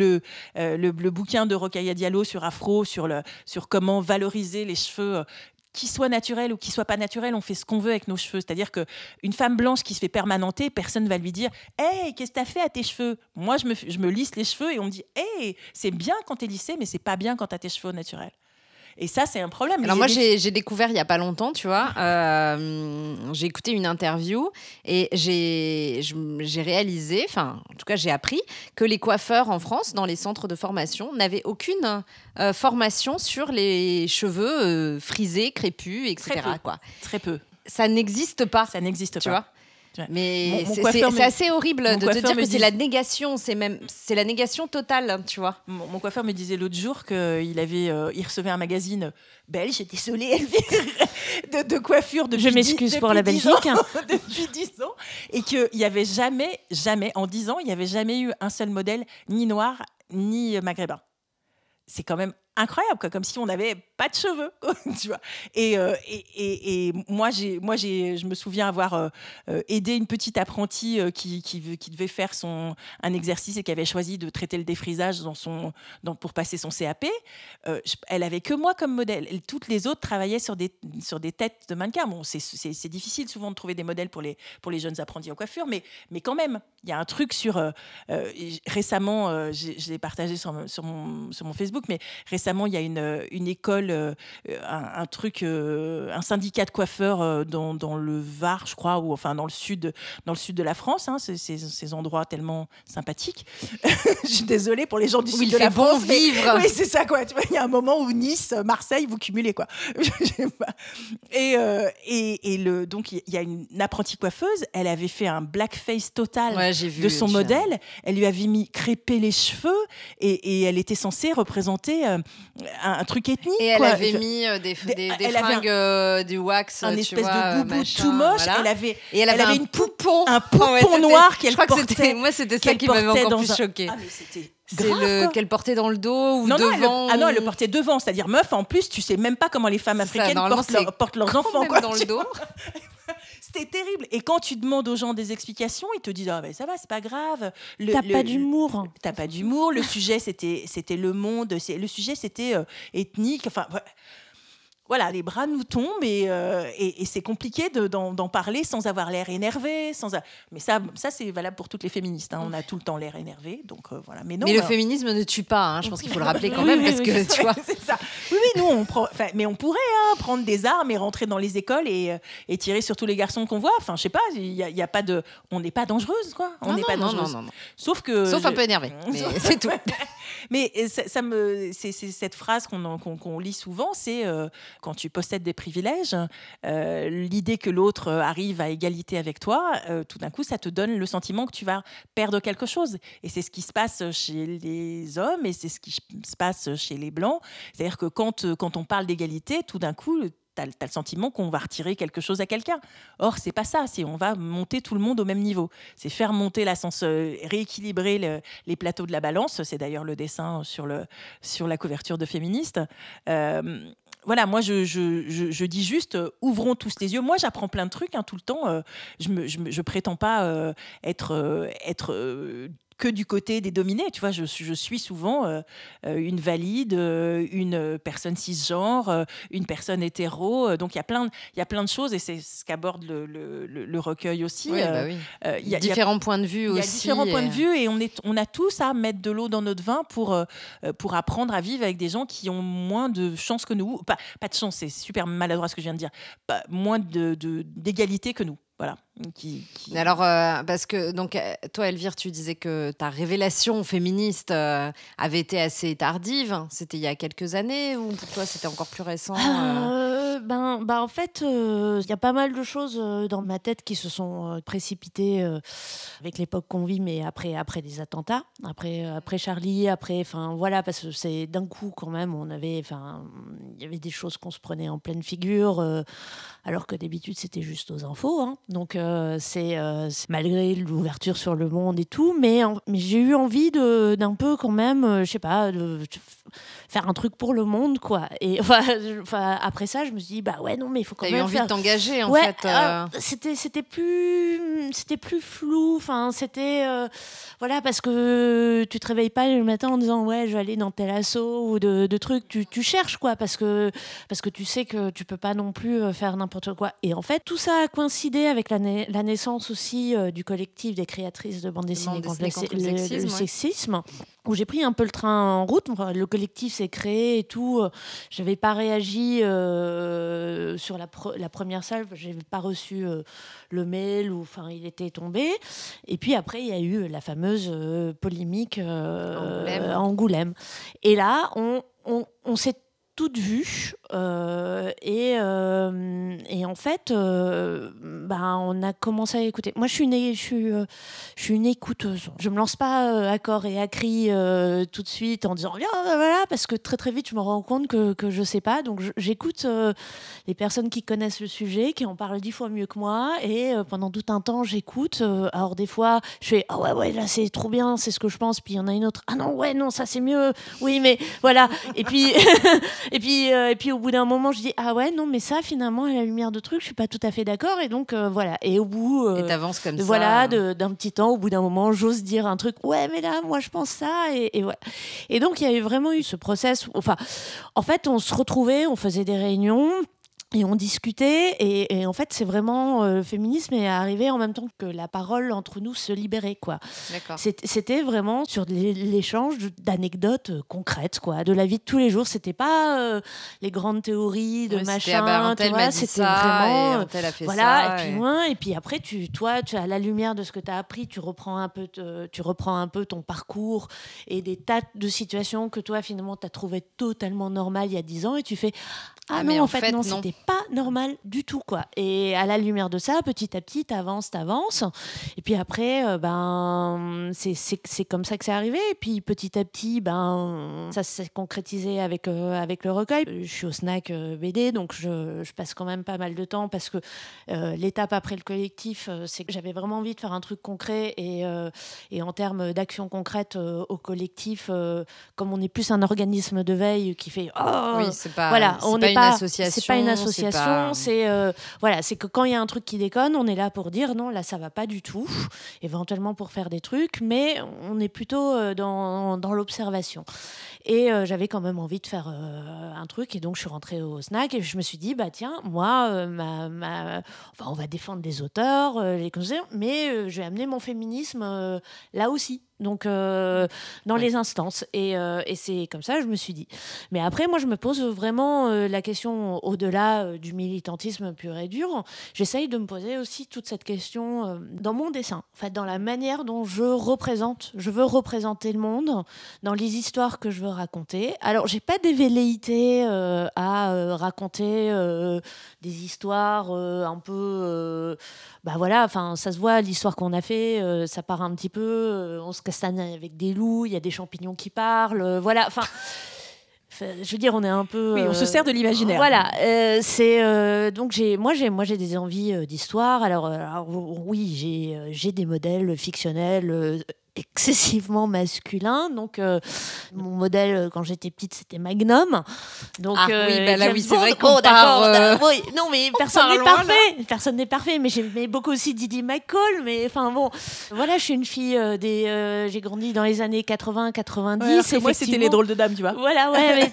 le bouquin de Rokhaya Diallo sur Afro, sur comment valoriser les cheveux, qu'ils soient naturels ou qu'ils soient pas naturels, on fait ce qu'on veut avec nos cheveux. C'est-à-dire qu'une femme blanche qui se fait permanenter, personne va lui dire « Hey, qu'est-ce que t'as fait à tes cheveux ?» Moi, je me lisse les cheveux, et on me dit « Hey, c'est bien quand t'es lissé, mais c'est pas bien quand t'as tes cheveux naturels. » Et ça, c'est un problème. Alors moi, j'ai découvert il n'y a pas longtemps, tu vois, j'ai écouté une interview, et j'ai réalisé, enfin, en tout cas, j'ai appris que les coiffeurs en France, dans les centres de formation, n'avaient aucune formation sur les cheveux frisés, crépus, etc. Très peu. Quoi. Très peu. Ça n'existe pas. Ça n'existe pas. Tu vois. Mais mon c'est assez horrible de te dire que c'est la négation, c'est la négation totale, tu vois. Mon coiffeur me disait l'autre jour qu'il recevait un magazine belge, désolée, de coiffure depuis Je m'excuse pour la Belgique. Depuis 10 ans, et qu'il n'y avait jamais, en 10 ans, il n'y avait jamais eu un seul modèle, ni noir, ni maghrébin. C'est quand même incroyable, quoi, comme si on n'avait pas de cheveux, tu vois. Et moi, je me souviens avoir aidé une petite apprentie qui devait faire un exercice et qui avait choisi de traiter le défrisage pour passer son CAP. Elle avait que moi comme modèle. Et toutes les autres travaillaient sur des têtes de mannequins. Bon, c'est difficile souvent de trouver des modèles pour les jeunes apprentis en coiffure, mais quand même, il y a un truc sur... récemment, je l'ai partagé sur mon Facebook, mais récemment, il y a une école, un syndicat de coiffeurs dans le Var, je crois, ou enfin dans le sud de la France, hein, ces endroits tellement sympathiques. Je suis désolée pour les gens du sud de la France. Il fait bon vivre. Oui, c'est ça, quoi. Tu vois, il y a un moment où Nice, Marseille, vous cumulez, quoi. Donc, il y a une apprentie coiffeuse, elle avait fait un blackface total de son modèle. Elle lui avait crêpé les cheveux et elle était censée représenter un truc ethnique. Et elle avait mis des fringues, du wax, un tu espèce vois, de boubou machin, tout moche. voilà. Elle avait un poupon noir qu'elle portait. Je crois que moi, c'était ça qui m'avait encore plus choqué. Ah, mais c'était qu'elle portait dans le dos ou devant. Elle le portait devant, c'est-à-dire meuf. En plus, tu sais même pas comment les femmes africaines portent leurs enfants, quoi, dans le dos. C'était terrible. Et quand tu demandes aux gens des explications, ils te disent ah ben ça va, c'est pas grave. T'as pas d'humour. T'as pas d'humour. Le sujet c'était le monde. Le sujet c'était ethnique. Enfin. Voilà, les bras nous tombent et c'est compliqué d'en parler sans avoir l'air énervé. Mais ça, c'est valable pour toutes les féministes. Hein. On a tout le temps l'air énervé. Donc, voilà. Mais le féminisme ne tue pas. Hein. Je pense qu'il faut le rappeler quand même. Parce que, tu vois... C'est ça. Oui, nous, mais on pourrait prendre des armes et rentrer dans les écoles et tirer sur tous les garçons qu'on voit. Enfin, je sais pas, y a pas de... on n'est pas dangereuse, quoi. On n'est pas dangereuse. Non. Sauf un peu énervé. Mais c'est tout. Mais c'est cette phrase qu'on lit souvent, c'est quand tu possèdes des privilèges, l'idée que l'autre arrive à égalité avec toi, tout d'un coup, ça te donne le sentiment que tu vas perdre quelque chose. Et c'est ce qui se passe chez les hommes et c'est ce qui se passe chez les Blancs. C'est-à-dire que quand on parle d'égalité, tout d'un coup, t'as le sentiment qu'on va retirer quelque chose à quelqu'un. Or, c'est pas ça. On va monter tout le monde au même niveau. C'est faire monter l'ascenseur, rééquilibrer les plateaux de la balance. C'est d'ailleurs le dessin sur la couverture de Féministe. Voilà, moi, je dis juste, ouvrons tous les yeux. Moi, j'apprends plein de trucs tout le temps. Je prétends pas être que du côté des dominés. Tu vois, je suis souvent une valide, une personne cisgenre, une personne hétéro. Donc, il y a plein de choses et c'est ce qu'aborde le recueil aussi. Oui, il y a différents points de vue aussi. Il y a différents points de vue et on a tous à mettre de l'eau dans notre vin pour apprendre à vivre avec des gens qui ont moins de chance que nous. Pas de chance, c'est super maladroit ce que je viens de dire. Moins d'égalité que nous. Voilà. Alors, parce que donc, toi, Elvire, tu disais que ta révélation féministe avait été assez tardive. C'était il y a quelques années ou pour toi, c'était encore plus récent En fait, il y a pas mal de choses dans ma tête qui se sont précipitées avec l'époque qu'on vit, mais après les attentats, après Charlie, voilà, parce que c'est d'un coup quand même, il y avait des choses qu'on se prenait en pleine figure, alors que d'habitude c'était juste aux infos. Hein. Donc c'est malgré l'ouverture sur le monde et tout, mais j'ai eu envie d'un peu quand même, je sais pas, de faire un truc pour le monde, quoi. Et après ça, je me suis dit bah ouais non mais il faut quand même. T'as eu envie de t'engager en fait. C'était plus flou. Enfin c'était voilà parce que tu te réveilles pas le matin en disant ouais je vais aller dans tel asso ou de trucs. Tu cherches quoi parce que tu sais que tu peux pas non plus faire n'importe quoi. Et en fait tout ça a coïncidé avec la naissance aussi du collectif des créatrices de bande dessinée contre le sexisme. Où j'ai pris un peu le train en route. Le collectif s'est créé et tout. J'avais pas réagi sur la première salve. J'avais pas reçu le mail ou il était tombé. Et puis après, il y a eu la fameuse polémique Angoulême. Et là, on s'est toutes vues Et en fait, on a commencé à écouter. Moi, je suis une écouteuse. Je me lance pas à corps et à cri tout de suite en disant voilà, parce que très très vite, je me rends compte que je sais pas. Donc, j'écoute les personnes qui connaissent le sujet, qui en parlent 10 fois mieux que moi, et pendant tout un temps, j'écoute. Alors, des fois, je fais ouais, là, c'est trop bien, c'est ce que je pense. Puis il y en a une autre. Ah non, ouais, non, ça c'est mieux. Oui, mais voilà. Et puis, et puis au bout d'un moment, je dis ah ouais, non, mais ça finalement, à la lumière de trucs, je suis pas tout à fait d'accord. Et donc voilà. Et au bout, et t'avances comme voilà, d'un petit temps, au bout d'un moment, j'ose dire un truc. Ouais, mais là, moi, je pense ça. Et ouais. Et donc, il y a vraiment eu ce process. Enfin, en fait, on se retrouvait, on faisait des réunions. Et on discutait, et en fait, c'est vraiment le féminisme est arrivé en même temps que la parole entre nous se libérait, quoi. D'accord. C'était vraiment sur l'échange d'anecdotes concrètes, quoi, de la vie de tous les jours. C'était pas les grandes théories de machin, tu vois. C'était vraiment un tel a fait voilà, ça, et puis après, toi, tu à la lumière de ce que tu as appris, tu reprends un peu ton parcours et des tas de situations que toi, finalement, tu as trouvé totalement normales il y a 10 ans, et tu fais ah non, en fait, non, c'était pas normal du tout, quoi. Et à la lumière de ça, petit à petit, t'avances. Et puis après, c'est comme ça que c'est arrivé. Et puis petit à petit, ça s'est concrétisé avec le recueil. Je suis au Snack BD, donc je passe quand même pas mal de temps, parce que l'étape après le collectif, c'est que j'avais vraiment envie de faire un truc concret. Et en termes d'action concrète au collectif, comme on est plus un organisme de veille qui fait oui, c'est pas, voilà, on n'est pas c'est pas une association, c'est que quand il y a un truc qui déconne, on est là pour dire non, là ça va pas du tout, éventuellement pour faire des trucs, mais on est plutôt dans l'observation. Et j'avais quand même envie de faire un truc, et donc je suis rentrée au Snack et je me suis dit tiens, moi on va défendre les auteurs, les conseillers, mais je vais amener mon féminisme là aussi. Donc dans les instances, et c'est comme ça je me suis dit. Mais après, moi je me pose vraiment la question au-delà du militantisme pur et dur. J'essaye de me poser aussi toute cette question dans mon dessin, en fait, dans la manière dont je veux représenter le monde, dans les histoires que je veux raconter. Alors j'ai pas des velléités à raconter des histoires un peu voilà, enfin ça se voit, l'histoire qu'on a fait, ça part un petit peu, on se castagne avec des loups, il y a des champignons qui parlent, voilà, enfin je veux dire, on est un peu oui, on se sert de l'imaginaire. Voilà, donc j'ai des envies d'histoire. Alors oui, j'ai des modèles fictionnels excessivement masculin. Donc mon modèle quand j'étais petite, c'était Magnum. Donc oui, c'est vrai qu'on part oui, non, mais personne n'est parfait, mais j'aimais beaucoup aussi Didi McCall. Mais enfin bon, voilà, je suis une fille j'ai grandi dans les années 80-90. Moi c'était les drôles de dames, tu vois. Voilà, ouais.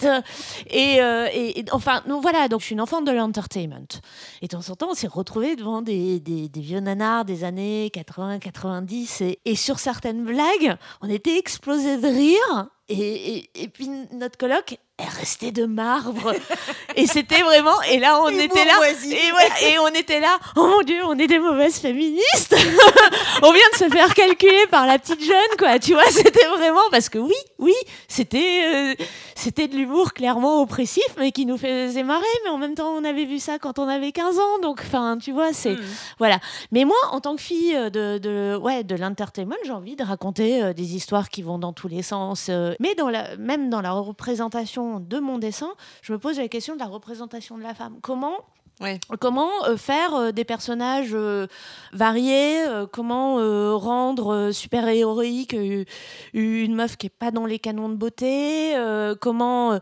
et enfin non, voilà, donc je suis une enfant de l'entertainment, et de temps en temps on s'est retrouvés devant des vieux nanars des années 80-90, et sur certaines blagues on était explosés de rire, et puis notre coloc est resté de marbre. Et c'était vraiment, et là on était là, et on était là, oh mon Dieu, on est des mauvaises féministes. On vient de se faire calculer par la petite jeune, quoi, tu vois. C'était vraiment, parce que oui, c'était de l'humour clairement oppressif, mais qui nous faisait marrer, mais en même temps on avait vu ça quand on avait 15 ans, donc enfin tu vois, c'est voilà. Mais moi, en tant que fille de l'entertainment, j'ai envie de raconter des histoires qui vont dans tous les sens, mais même dans la représentation de mon dessin, je me pose la question de la représentation de la femme. Comment faire des personnages variés, comment rendre super héroïque une meuf qui est pas dans les canons de beauté, comment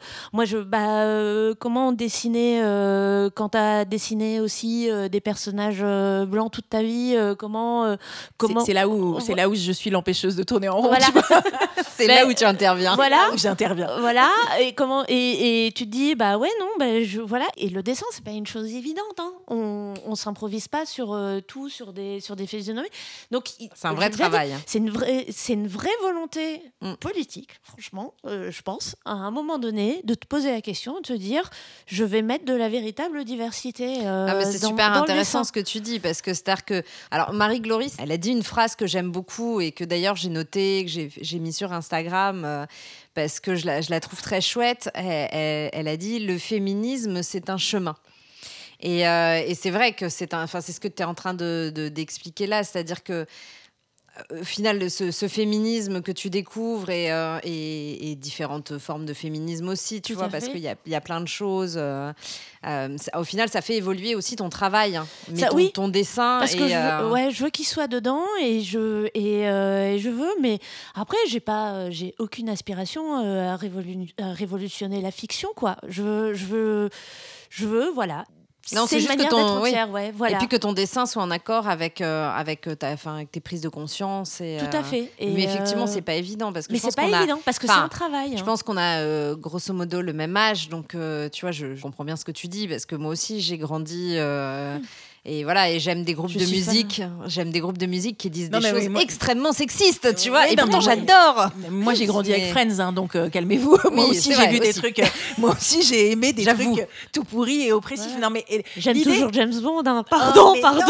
dessiner quand t'as dessiné aussi des personnages blancs toute ta vie, comment c'est là où je suis l'empêcheuse de tourner en rond, voilà. Tu vois. C'est là où tu interviens. Voilà, où j'interviens. Voilà, et tu te dis voilà, et le dessin c'est pas une chose évidente. évidente. Hein. On s'improvise pas sur tout, sur des physionomies. Donc, c'est un vrai travail. C'est une vraie volonté politique, franchement, je pense, à un moment donné, de te poser la question, de te dire, je vais mettre de la véritable diversité mais c'est super intéressant ce que tu dis, parce que c'est-à-dire que... Alors, Marie-Glory, elle a dit une phrase que j'aime beaucoup et que d'ailleurs j'ai notée, que j'ai mis sur Instagram... parce que je la trouve très chouette. Elle a dit « Le féminisme, c'est un chemin ». Et c'est vrai que c'est ce que tu es en train d'expliquer là. C'est-à-dire que au final, ce féminisme que tu découvres et différentes formes de féminisme aussi, tu vois, parce qu'il y a plein de choses. Au final, ça fait évoluer aussi ton travail, ton dessin. Parce que je veux qu'il soit dedans et je veux, mais après, j'ai aucune aspiration à révolutionner la fiction, quoi. Je veux, voilà. Non, c'est juste que ton voilà. Et puis que ton dessin soit en accord avec tes prises de conscience tout à fait. Mais effectivement, c'est pas évident parce que c'est pas évident parce que c'est un travail. Je pense qu'on a grosso modo le même âge, donc tu vois, je comprends bien ce que tu dis parce que moi aussi j'ai grandi. Et voilà, et j'aime des groupes de musique. J'aime des groupes de musique qui disent des choses extrêmement sexistes, tu vois. Et pourtant, j'adore. Moi, j'ai grandi avec Friends, hein, donc calmez-vous. Moi aussi, j'ai vu des trucs. Moi aussi, j'ai aimé des trucs tout pourris et oppressifs. Ouais. Non, mais j'aime toujours James Bond. Hein. Pardon.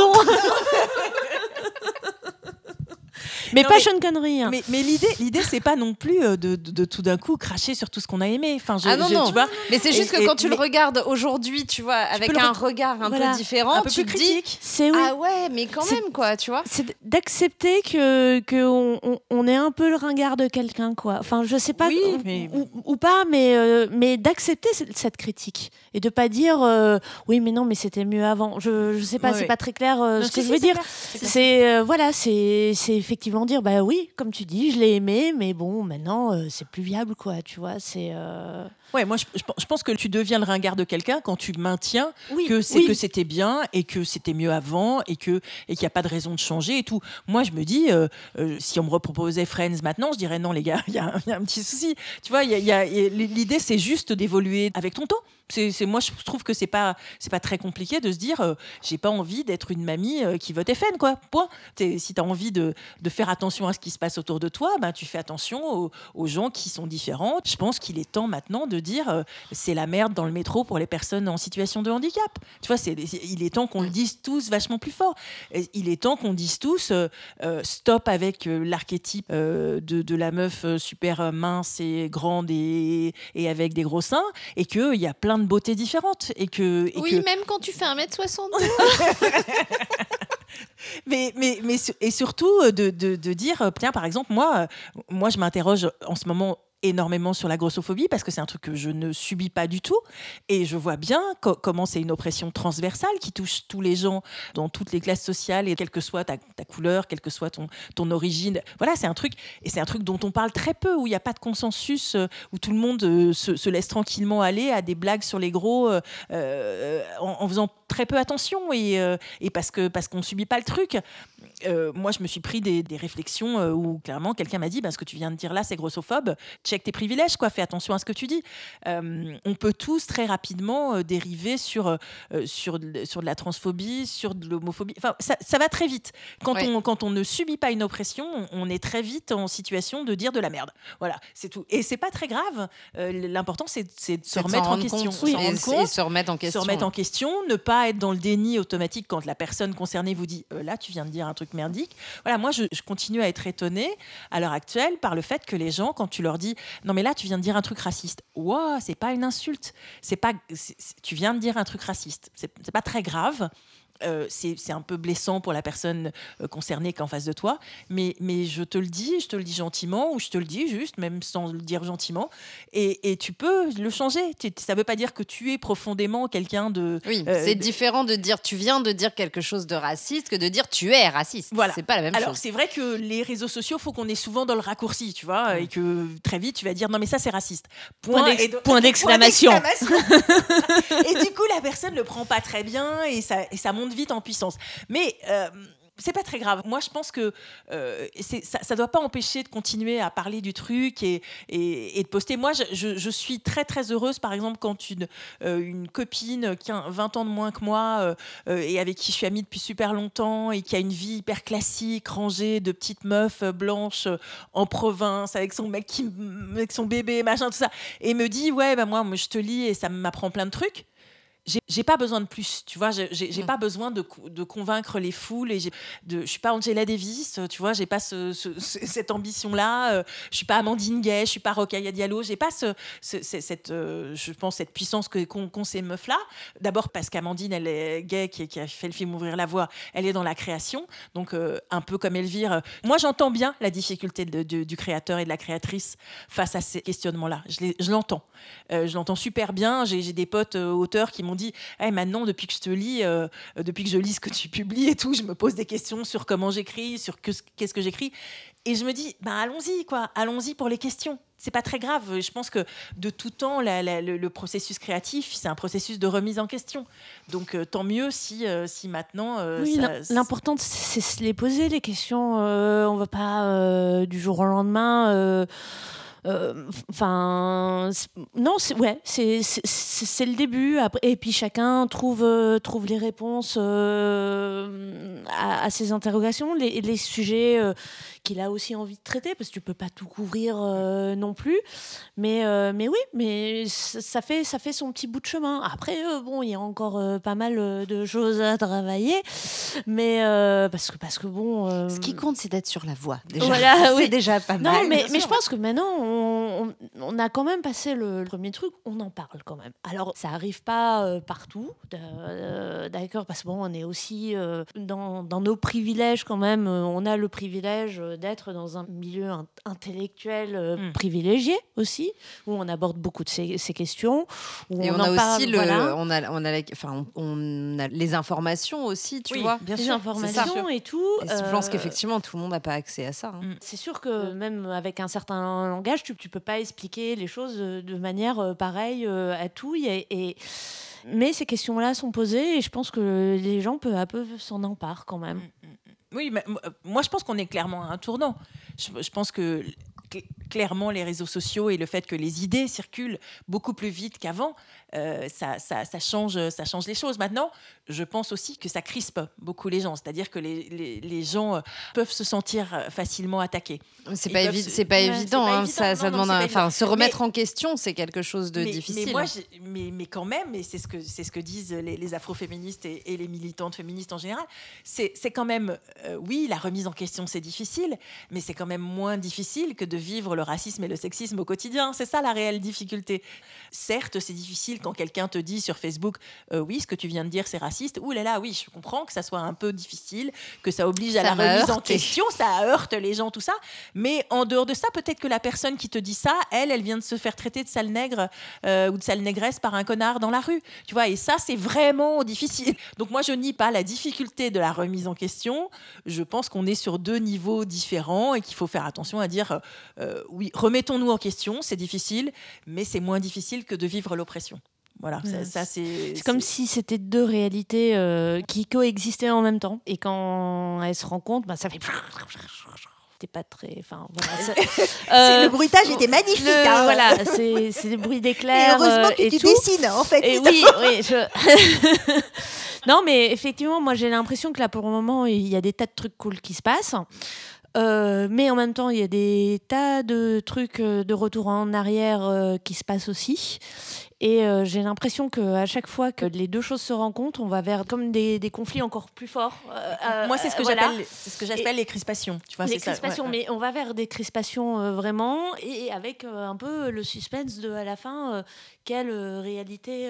Mais pas Sean Connery. Hein. Mais l'idée, c'est pas non plus de tout d'un coup cracher sur tout ce qu'on a aimé. Enfin, non. Tu vois. Mais c'est juste que quand tu le regardes aujourd'hui, tu vois, avec un regard un peu différent, un peu plus critique. Ah ouais, mais quand même, quoi, tu vois. C'est d'accepter que on est un peu le ringard de quelqu'un, quoi. Enfin, je sais pas ou pas, mais d'accepter cette critique et de pas dire oui, mais non, mais c'était mieux avant. Je sais pas, c'est pas très clair ce que je veux dire. C'est effectivement dire bah oui, comme tu dis, je l'ai aimé, mais bon, maintenant c'est plus viable, quoi, tu vois, c'est Ouais, moi je pense que tu deviens le ringard de quelqu'un quand tu maintiens que c'était bien et que c'était mieux avant et qu'il n'y a pas de raison de changer et tout. Moi je me dis si on me reproposait Friends maintenant, je dirais non les gars, il y a un petit souci. Tu vois, l'idée c'est juste d'évoluer avec ton temps. Moi je trouve que c'est pas très compliqué de se dire j'ai pas envie d'être une mamie qui vote FN, quoi. Point. Si tu as envie de faire attention à ce qui se passe autour de toi, ben tu fais attention aux gens qui sont différents. Je pense qu'il est temps maintenant de dire c'est la merde dans le métro pour les personnes en situation de handicap. Tu vois, il est temps qu'on le dise tous vachement plus fort. Il est temps qu'on dise tous stop avec l'archétype de la meuf super mince et grande et avec des gros seins, et qu'il y a plein de beautés différentes. Même quand tu fais 1m62. Et surtout de dire, tiens, par exemple, moi je m'interroge en ce moment énormément sur la grossophobie parce que c'est un truc que je ne subis pas du tout et je vois bien comment c'est une oppression transversale qui touche tous les gens dans toutes les classes sociales et quelle que soit ta couleur, quelle que soit ton origine. Voilà, c'est un truc dont on parle très peu, où il n'y a pas de consensus, où tout le monde se laisse tranquillement aller à des blagues sur les gros en faisant très peu attention et parce qu'on ne subit pas le truc. Moi, je me suis pris des réflexions où clairement quelqu'un m'a dit ce que tu viens de dire là, c'est grossophobe. Check tes privilèges, quoi. Fais attention à ce que tu dis. On peut tous très rapidement dériver sur de la transphobie, sur de l'homophobie. Enfin, ça va très vite. Quand on ne subit pas une oppression, on est très vite en situation de dire de la merde. Voilà, c'est tout. Et c'est pas très grave. L'important, c'est de se remettre en question. Et se remettre en question. Se remettre en question, ne pas être dans le déni automatique quand la personne concernée vous dit là, tu viens de dire un truc merdique. Voilà, moi, je continue à être étonnée à l'heure actuelle par le fait que les gens, quand tu leur dis non mais là tu viens de dire un truc raciste, wow, c'est pas une insulte, tu viens de dire un truc raciste, c'est pas très grave. C'est un peu blessant pour la personne concernée qui est en face de toi, mais je te le dis gentiment, ou je te le dis juste, même sans le dire gentiment, et tu peux le changer. Ça veut pas dire que tu es profondément quelqu'un de... Oui, c'est différent de dire tu viens de dire quelque chose de raciste que de dire tu es raciste. Voilà. C'est pas la même chose. Alors c'est vrai que les réseaux sociaux, faut qu'on est souvent dans le raccourci, tu vois, et que très vite tu vas dire non mais ça c'est raciste. Point d'exclamation. Et du coup la personne le prend pas très bien et ça monte vite en puissance. Mais c'est pas très grave. Moi, je pense que ça doit pas empêcher de continuer à parler du truc et de poster. Moi, je suis très, très heureuse, par exemple, quand une copine qui a 20 ans de moins que moi et avec qui je suis amie depuis super longtemps et qui a une vie hyper classique, rangée, de petite meuf blanche en province, avec son mec, avec son bébé, machin, tout ça, et me dit, ouais, bah, moi, je te lis et ça m'apprend plein de trucs. J'ai pas besoin de plus, tu vois, j'ai pas besoin de convaincre les foules et je suis pas Angela Davis, tu vois, j'ai pas cette ambition-là, je suis pas Amandine Gay, je suis pas Rokhaya Diallo, j'ai pas je pense cette puissance qu'ont ces meufs-là. D'abord parce qu'Amandine, elle est Gay, qui a fait le film Ouvrir la voie, elle est dans la création, donc un peu comme Elvire. Moi, j'entends bien la difficulté du créateur et de la créatrice face à ces questionnements-là. Je l'entends super bien. J'ai des potes auteurs qui m'ont dit hey, maintenant depuis que je te lis, depuis que je lis ce que tu publies et tout, je me pose des questions sur comment j'écris, sur qu'est-ce que j'écris, et je me dis allons-y pour les questions. C'est pas très grave. Je pense que de tout temps, le processus créatif, c'est un processus de remise en question. Donc tant mieux si maintenant. Oui, l'important c'est se les poser les questions. On va pas du jour au lendemain. Enfin, non, c'est le début. Après, et puis chacun trouve les réponses à ses interrogations, les sujets qu'il a aussi envie de traiter, parce que tu peux pas tout couvrir non plus. Mais oui, mais ça fait son petit bout de chemin. Après, bon, il y a encore pas mal de choses à travailler, mais parce que bon. Ce qui compte, c'est d'être sur la voie. Déjà, voilà, c'est déjà pas mal. Non, mais je pense que maintenant, on a quand même passé le premier truc, on en parle quand même. Alors, ça arrive pas partout, d'accord, parce que bon, on est aussi dans nos privilèges quand même. On a le privilège d'être dans un milieu intellectuel privilégié aussi, où on aborde beaucoup de ces questions. Où et on a en parle, aussi voilà. on a les informations aussi, tu vois. Bien sûr, informations et tout. Et je pense qu'effectivement, tout le monde n'a pas accès à ça. Hein. C'est sûr que même avec un certain langage, tu peux pas expliquer les choses de manière pareille à tout. Mais ces questions-là sont posées et je pense que les gens peu à peu s'en emparent quand même. Oui, mais moi je pense qu'on est clairement à un tournant. Je pense que clairement les réseaux sociaux et le fait que les idées circulent beaucoup plus vite qu'avant, ça change les choses. Maintenant, je pense aussi que ça crispe beaucoup les gens, c'est-à-dire que les gens peuvent se sentir facilement attaqués. C'est pas évident. Hein, ça demande se remettre en question, c'est quelque chose de difficile. Mais quand même, et c'est ce que disent les afroféministes et les militantes féministes en général, c'est quand même, oui, la remise en question c'est difficile, mais c'est quand même moins difficile que de vivre le racisme et le sexisme au quotidien. C'est ça la réelle difficulté. Certes, c'est difficile quand quelqu'un te dit sur Facebook oui, ce que tu viens de dire c'est raciste. Ouh là là, oui, je comprends que ça soit un peu difficile, que ça oblige à la remise en question, ça heurte les gens, tout ça. Mais en dehors de ça, peut-être que la personne qui te dit ça, elle vient de se faire traiter de sale nègre ou de sale négresse par un connard dans la rue. Tu vois, et ça, c'est vraiment difficile. Donc moi, je nie pas la difficulté de la remise en question. Je pense qu'on est sur deux niveaux différents et qu'il faut faire attention à dire oui, remettons-nous en question, c'est difficile, mais c'est moins difficile que de vivre l'oppression. Voilà, c'est comme si c'était deux réalités qui coexistaient en même temps. Et quand elles se rencontrent, ça fait... C'était pas très... Enfin, voilà, le bruitage était magnifique. Voilà, c'est des bruits d'éclairs. Et heureusement que tu dessines, en fait. Et oui, Non, mais effectivement, moi, j'ai l'impression que là, pour le moment, il y a des tas de trucs cool qui se passent. Mais en même temps, il y a des tas de trucs de retour en arrière qui se passent aussi. Et j'ai l'impression qu'à chaque fois que les deux choses se rencontrent, on va vers comme des conflits encore plus forts. Moi, c'est ce que j'appelle les crispations. Tu vois, les crispations, mais on va vers des crispations vraiment, et avec un peu le suspense de à la fin, quelle réalité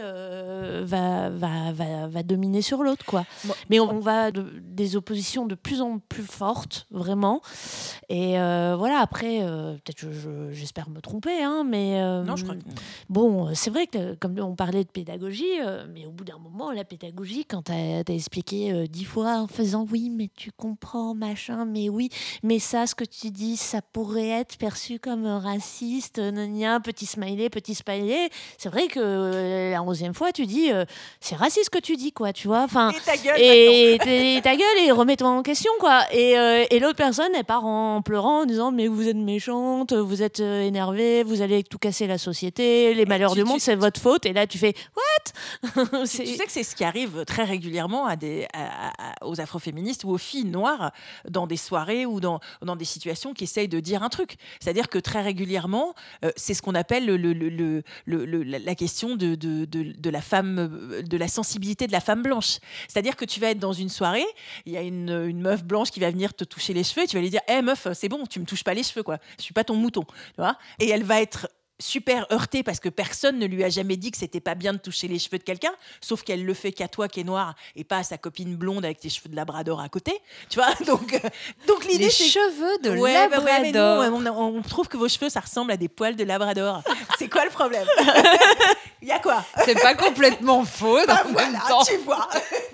va dominer sur l'autre, quoi. Mais on va des oppositions de plus en plus fortes, vraiment. Et voilà, après, peut-être j'espère me tromper, hein, mais Non, je crois que... bon, c'est vrai que comme on parlait de pédagogie, mais au bout d'un moment, la pédagogie, quand t'as expliqué 10 fois en faisant oui, mais tu comprends, machin, mais oui, mais ça, ce que tu dis, ça pourrait être perçu comme raciste, gna, petit smiley, c'est vrai que la 11e fois, tu dis, c'est raciste ce que tu dis, quoi, tu vois. Enfin, Et ta gueule et ta gueule et remets-toi en question, quoi. Et l'autre personne, elle part en pleurant en disant, mais vous êtes méchante, vous êtes énervée, vous allez tout casser la société, les malheurs du monde, c'est votre faute. Et là, tu fais, what? Tu sais que c'est ce qui arrive très régulièrement aux afroféministes ou aux filles noires dans des soirées ou dans des situations qui essayent de dire un truc. C'est-à-dire que très régulièrement, c'est ce qu'on appelle la question de la femme, de la sensibilité de la femme blanche. C'est-à-dire que tu vas être dans une soirée, il y a une meuf blanche qui va venir te toucher les cheveux et tu vas lui dire « meuf, c'est bon, tu me touches pas les cheveux, quoi. Je suis pas ton mouton. » Tu vois ? Et elle va être super heurtée parce que personne ne lui a jamais dit que c'était pas bien de toucher les cheveux de quelqu'un, sauf qu'elle le fait qu'à toi qui est noire et pas à sa copine blonde avec tes cheveux de labrador à côté, tu vois. Donc l'idée, les c'est cheveux de labrador. labrador. Mais on trouve que vos cheveux ça ressemble à des poils de labrador. C'est quoi le problème? Il y a quoi? C'est pas complètement faux en même temps. Tu vois.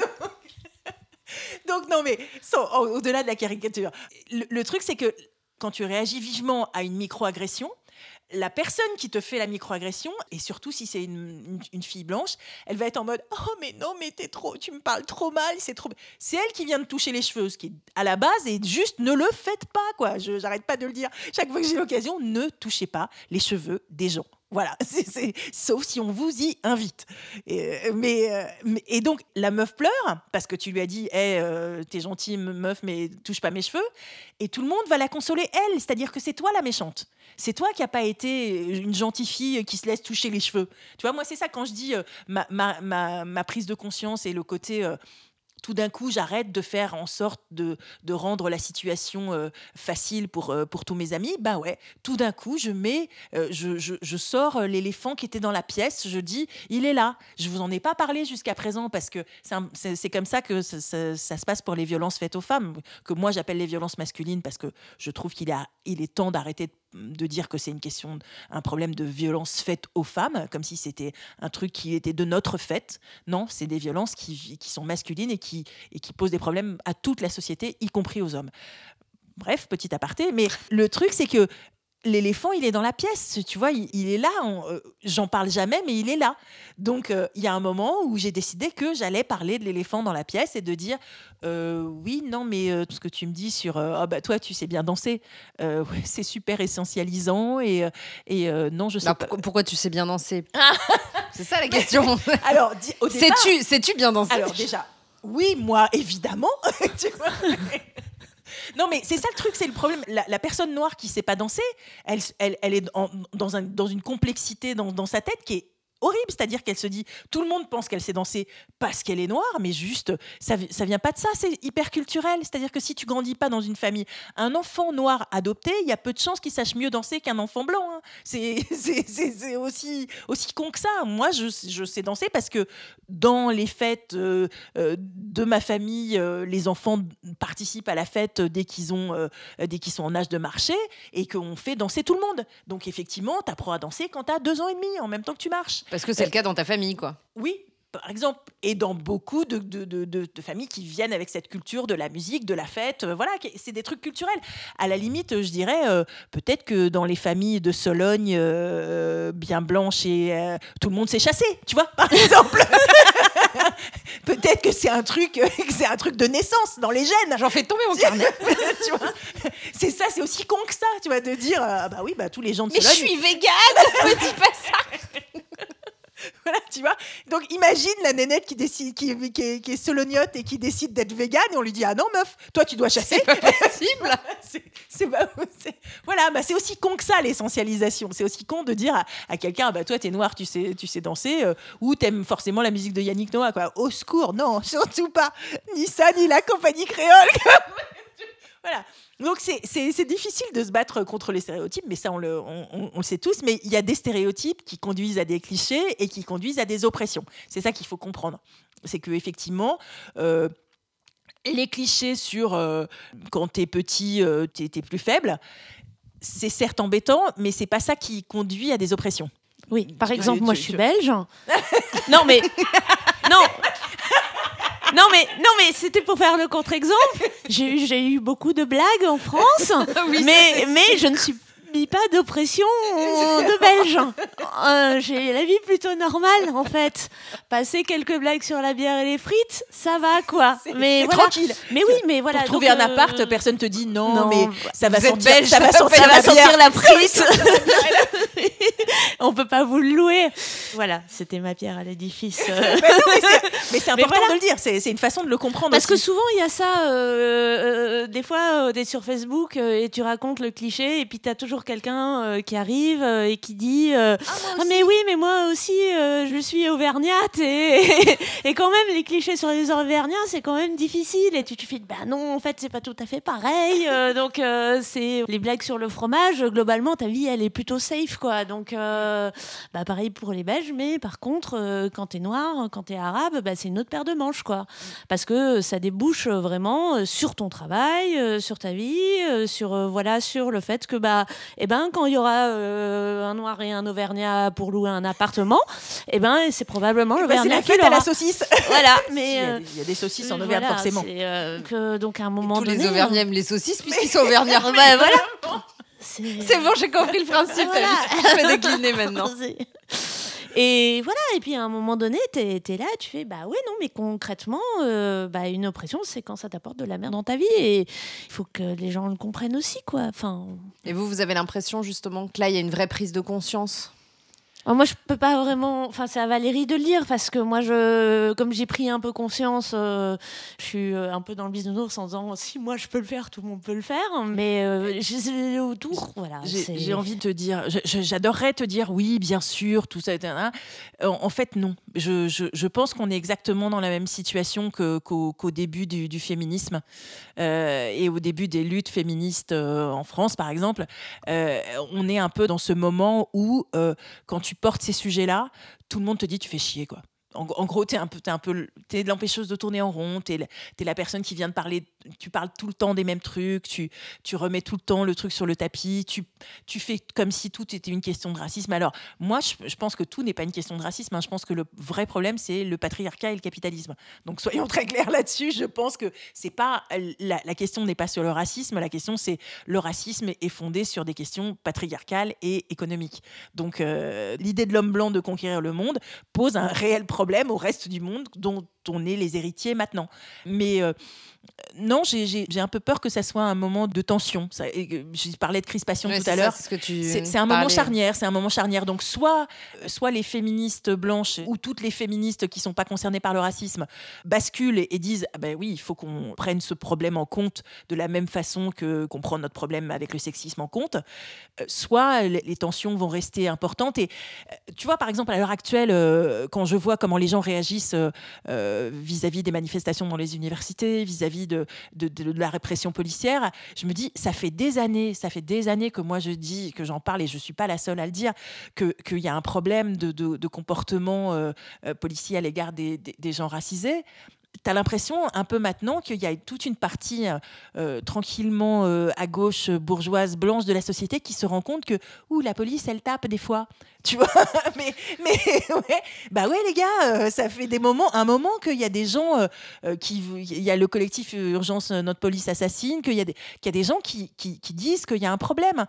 Donc non, mais au-delà de la caricature, le truc c'est que quand tu réagis vivement à une microagression, la personne qui te fait la microagression, et surtout si c'est une fille blanche, elle va être en mode « Oh mais non, mais tu me parles trop mal, c'est trop... » C'est elle qui vient de toucher les cheveux, ce qui à la base est juste ne le faites pas, quoi. J'arrête pas de le dire. Chaque fois que j'ai l'occasion, ne touchez pas les cheveux des gens. Voilà, sauf si on vous y invite. Et donc, la meuf pleure parce que tu lui as dit t'es gentille, meuf, mais touche pas mes cheveux. Et tout le monde va la consoler, elle. C'est-à-dire que c'est toi la méchante. C'est toi qui n'as pas été une gentille fille qui se laisse toucher les cheveux. Tu vois, moi, c'est ça quand je dis ma prise de conscience et le côté... tout d'un coup, j'arrête de faire en sorte de rendre la situation facile pour tous mes amis. Bah ouais, tout d'un coup, je sors l'éléphant qui était dans la pièce. Je dis, il est là. Je vous en ai pas parlé jusqu'à présent parce que c'est comme ça que ça se passe pour les violences faites aux femmes, que moi j'appelle les violences masculines parce que je trouve qu'il est temps d'arrêter de dire que c'est un problème de violence faite aux femmes, comme si c'était un truc qui était de notre fait. Non, c'est des violences qui sont masculines et qui posent des problèmes à toute la société, y compris aux hommes. Bref, petit aparté, mais le truc, c'est que l'éléphant, il est dans la pièce, tu vois, il est là, j'en parle jamais, mais il est là. Donc, il y a un moment où j'ai décidé que j'allais parler de l'éléphant dans la pièce et de dire, oui, non, mais tout ce que tu me dis sur, toi, tu sais bien danser, ouais, c'est super essentialisant et non, je sais pas. Pourquoi tu sais bien danser? C'est ça la question. Alors, au départ... Sais-tu bien danser? Alors, déjà, oui, moi, évidemment, tu vois. Non, mais c'est ça le truc, c'est le problème. La personne noire qui ne sait pas danser, elle est dans une complexité dans sa tête qui est horrible, c'est-à-dire qu'elle se dit, tout le monde pense qu'elle sait danser parce qu'elle est noire, mais juste, ça vient pas de ça, c'est hyper culturel, c'est-à-dire que si tu grandis pas dans une famille, un enfant noir adopté, il y a peu de chances qu'il sache mieux danser qu'un enfant blanc, hein. C'est aussi con que ça. Moi, je sais danser parce que dans les fêtes de ma famille, les enfants participent à la fête dès qu'ils sont en âge de marcher et qu'on fait danser tout le monde. Donc effectivement, tu apprends à danser quand tu as 2 ans et demi, en même temps que tu marches. Parce que c'est le cas dans ta famille, quoi. Oui, par exemple, et dans beaucoup de familles qui viennent avec cette culture de la musique, de la fête, voilà, c'est des trucs culturels. À la limite, je dirais, peut-être que dans les familles de Sologne, bien blanches, et tout le monde s'est chassé, tu vois, par exemple. Peut-être que c'est un truc de naissance dans les gènes. J'en fais tomber mon carnet. Tu vois, c'est ça, c'est aussi con que ça, tu vois, de dire, bah oui, bah tous les gens de Sologne. Mais je suis végane, me dis pas ça. Voilà, tu vois. Donc imagine la nénette qui décide, qui est solognote et qui décide d'être végane et on lui dit ah non meuf, toi tu dois chasser. C'est pas possible. Voilà, bah c'est aussi con que ça l'essentialisation. C'est aussi con de dire à quelqu'un bah toi t'es noir, tu sais danser ou t'aimes forcément la musique de Yannick Noah quoi. Au secours, non, surtout pas. Ni ça ni la compagnie créole. Voilà. Donc c'est difficile de se battre contre les stéréotypes, mais ça on le sait tous. Mais il y a des stéréotypes qui conduisent à des clichés et qui conduisent à des oppressions. C'est ça qu'il faut comprendre. C'est que effectivement, les clichés sur quand t'es petit, t'es plus faible, c'est certes embêtant, mais c'est pas ça qui conduit à des oppressions. Oui, par exemple, moi je suis belge. Non mais c'était pour faire le contre-exemple. J'ai eu beaucoup de blagues en France, mais je ne subis pas d'oppression de Belges. J'ai la vie plutôt normale en fait. Passer quelques blagues sur la bière et les frites, ça va quoi. Mais voilà. Tranquille. Mais oui, mais voilà. Pour trouver un appart, personne te dit non, mais ça va sentir la frite. On peut pas vous le louer. Voilà, c'était ma pierre à l'édifice. Mais c'est important de le dire. C'est une façon de le comprendre. Parce que souvent il y a ça. Des fois, t'es sur Facebook et tu racontes le cliché, et puis t'as toujours quelqu'un qui arrive et qui dit mais oui, mais moi aussi, je suis auvergnate et quand même les clichés sur les Auvergnats, c'est quand même difficile. Et tu te fais non, en fait, c'est pas tout à fait pareil. Donc c'est les blagues sur le fromage. Globalement, ta vie, elle est plutôt safe, quoi. Donc pareil pour les Belges, mais par contre, quand t'es noir, quand t'es arabe, c'est une autre paire de manches, quoi. Parce que ça débouche vraiment sur ton travail, sur ta vie, sur le fait que quand il y aura un noir et un auvergnat pour louer un appartement, c'est probablement l'auvergnat qui l'aura. C'est la fête à la saucisse. Voilà, mais il y a des saucisses en Auvergne, forcément. Donc à un moment tous donné, les Auvergnats aiment les saucisses puisqu'ils sont auvergnats. Voilà. C'est bon, j'ai compris le principe. Voilà. Je vais décliner maintenant. Et voilà, et puis à un moment donné, t'es là, tu fais non, mais concrètement, une oppression, c'est quand ça t'apporte de la merde dans ta vie, et il faut que les gens le comprennent aussi, quoi. Enfin. Et vous avez l'impression justement que là, il y a une vraie prise de conscience? Moi, je peux pas vraiment. Enfin, c'est à Valérie de le dire, parce que moi, comme j'ai pris un peu conscience, je suis un peu dans le bisounours en disant si moi je peux le faire, tout le monde peut le faire. Mais autour, voilà. J'ai envie de te dire, j'adorerais te dire oui, bien sûr, tout ça. En fait, non. Je pense qu'on est exactement dans la même situation qu'au début du féminisme et au début des luttes féministes en France, par exemple. On est un peu dans ce moment où quand tu portes ces sujets-là, tout le monde te dit tu fais chier, quoi. En gros, t'es de l'empêcheuse de tourner en rond, t'es la personne qui vient de parler, tu parles tout le temps des mêmes trucs, tu remets tout le temps le truc sur le tapis, tu fais comme si tout était une question de racisme. Alors, moi, je pense que tout n'est pas une question de racisme, hein. Je pense que le vrai problème, c'est le patriarcat et le capitalisme. Donc, soyons très clairs là-dessus. Je pense que c'est pas, la question n'est pas sur le racisme, la question, c'est le racisme est fondé sur des questions patriarcales et économiques. Donc, l'idée de l'homme blanc de conquérir le monde pose un réel problème au reste du monde dont on est les héritiers maintenant. Mais non, j'ai un peu peur que ça soit un moment de tension. Je parlais de crispation tout à l'heure. C'est un moment charnière. C'est un moment charnière. Donc soit les féministes blanches ou toutes les féministes qui sont pas concernées par le racisme basculent et disent oui, il faut qu'on prenne ce problème en compte de la même façon qu'on prend notre problème avec le sexisme en compte. Soit les tensions vont rester importantes. Et tu vois, par exemple, à l'heure actuelle, quand je vois comment les gens réagissent vis-à-vis des manifestations dans les universités, vis-à-vis de la répression policière, je me dis, ça fait des années que moi je dis, que j'en parle, et je suis pas la seule à le dire, qu'il y a un problème de comportement policier à l'égard des gens racisés. T'as l'impression un peu maintenant qu'il y a toute une partie tranquillement à gauche, bourgeoise, blanche de la société qui se rend compte que la police, elle tape des fois. Tu vois, mais ouais, les gars, ça fait un moment qu'il y a des gens il y a le collectif Urgence Notre Police Assassine, qu'il y a des gens qui disent qu'il y a un problème.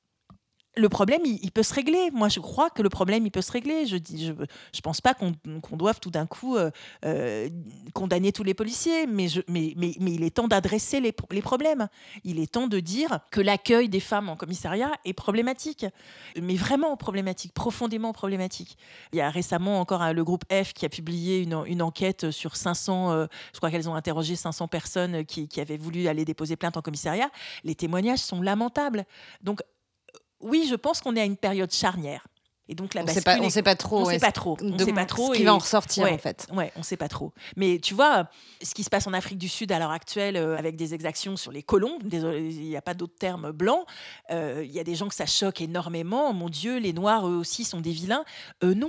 Le problème, il peut se régler. Moi, je crois que le problème, il peut se régler. Je pense pas qu'on doive tout d'un coup condamner tous les policiers, mais il est temps d'adresser les problèmes. Il est temps de dire que l'accueil des femmes en commissariat est problématique, mais vraiment problématique, profondément problématique. Il y a récemment encore le groupe F qui a publié une enquête sur 500, je crois qu'elles ont interrogé 500 personnes qui avaient voulu aller déposer plainte en commissariat. Les témoignages sont lamentables. Donc, oui, je pense qu'on est à une période charnière. Et donc la on bascule, ne sait pas trop. On sait pas trop. On sait pas trop. Ce qui va en ressortir, ouais, en fait. Ouais, on sait pas trop. Mais tu vois, ce qui se passe en Afrique du Sud à l'heure actuelle, avec des exactions sur les colons, désolé, il n'y a pas d'autre terme blanc, il y a des gens que ça choque énormément. Mon Dieu, les Noirs, eux aussi, sont des vilains. Non.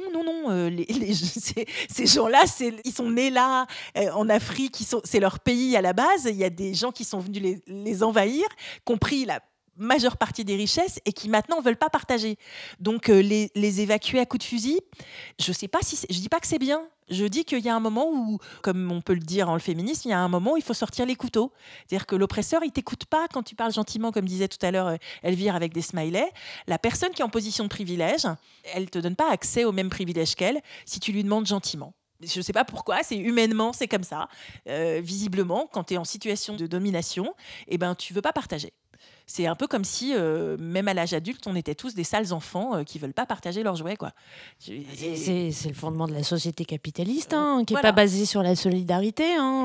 Ces gens-là, ils sont nés là, en Afrique, c'est leur pays à la base. Il y a des gens qui sont venus les envahir, compris la majeure partie des richesses et qui maintenant ne veulent pas partager. Donc les évacuer à coups de fusil, je sais pas je dis pas que c'est bien. Je dis qu'il y a un moment où, comme on peut le dire en le féminisme, il y a un moment où il faut sortir les couteaux. C'est-à-dire que l'oppresseur, il t'écoute pas quand tu parles gentiment, comme disait tout à l'heure Elvire avec des smileys. La personne qui est en position de privilège, elle te donne pas accès aux mêmes privilèges qu'elle si tu lui demandes gentiment. Je ne sais pas pourquoi, c'est humainement, c'est comme ça. Visiblement, quand tu es en situation de domination, tu ne veux pas partager. C'est un peu comme si, même à l'âge adulte, on était tous des sales enfants qui ne veulent pas partager leurs jouets, quoi. C'est le fondement de la société capitaliste, qui n'est pas basée sur la solidarité.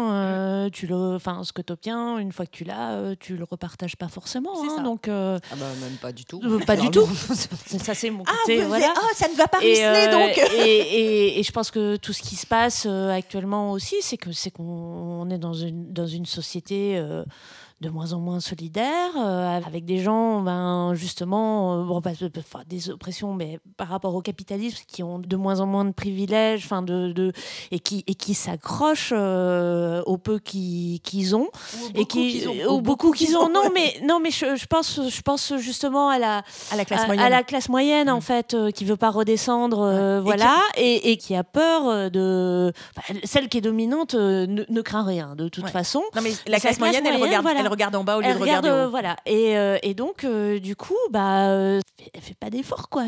Ce que tu obtiens, une fois que tu l'as, tu ne le repartages pas forcément. Donc, même pas du tout. Pas du tout. Ça, c'est mon côté. Ça ne va pas ruisseler, donc. Et je pense que tout ce qui se passe actuellement aussi, c'est qu'on est dans une société de moins en moins solidaire, avec des gens, justement, des oppressions, mais par rapport au capitalisme, qui ont de moins en moins de privilèges, et qui s'accrochent au peu qu'ils ont, beaucoup qu'ils ont. Non, mais je pense justement à la classe moyenne, à la classe moyenne en fait, qui veut pas redescendre, et qui a peur de. Celle qui est dominante ne craint rien de toute façon. Non, mais la classe moyenne, elle regarde en bas au lieu de regarder en haut. Voilà. Et donc, du coup, elle fait pas d'effort, quoi.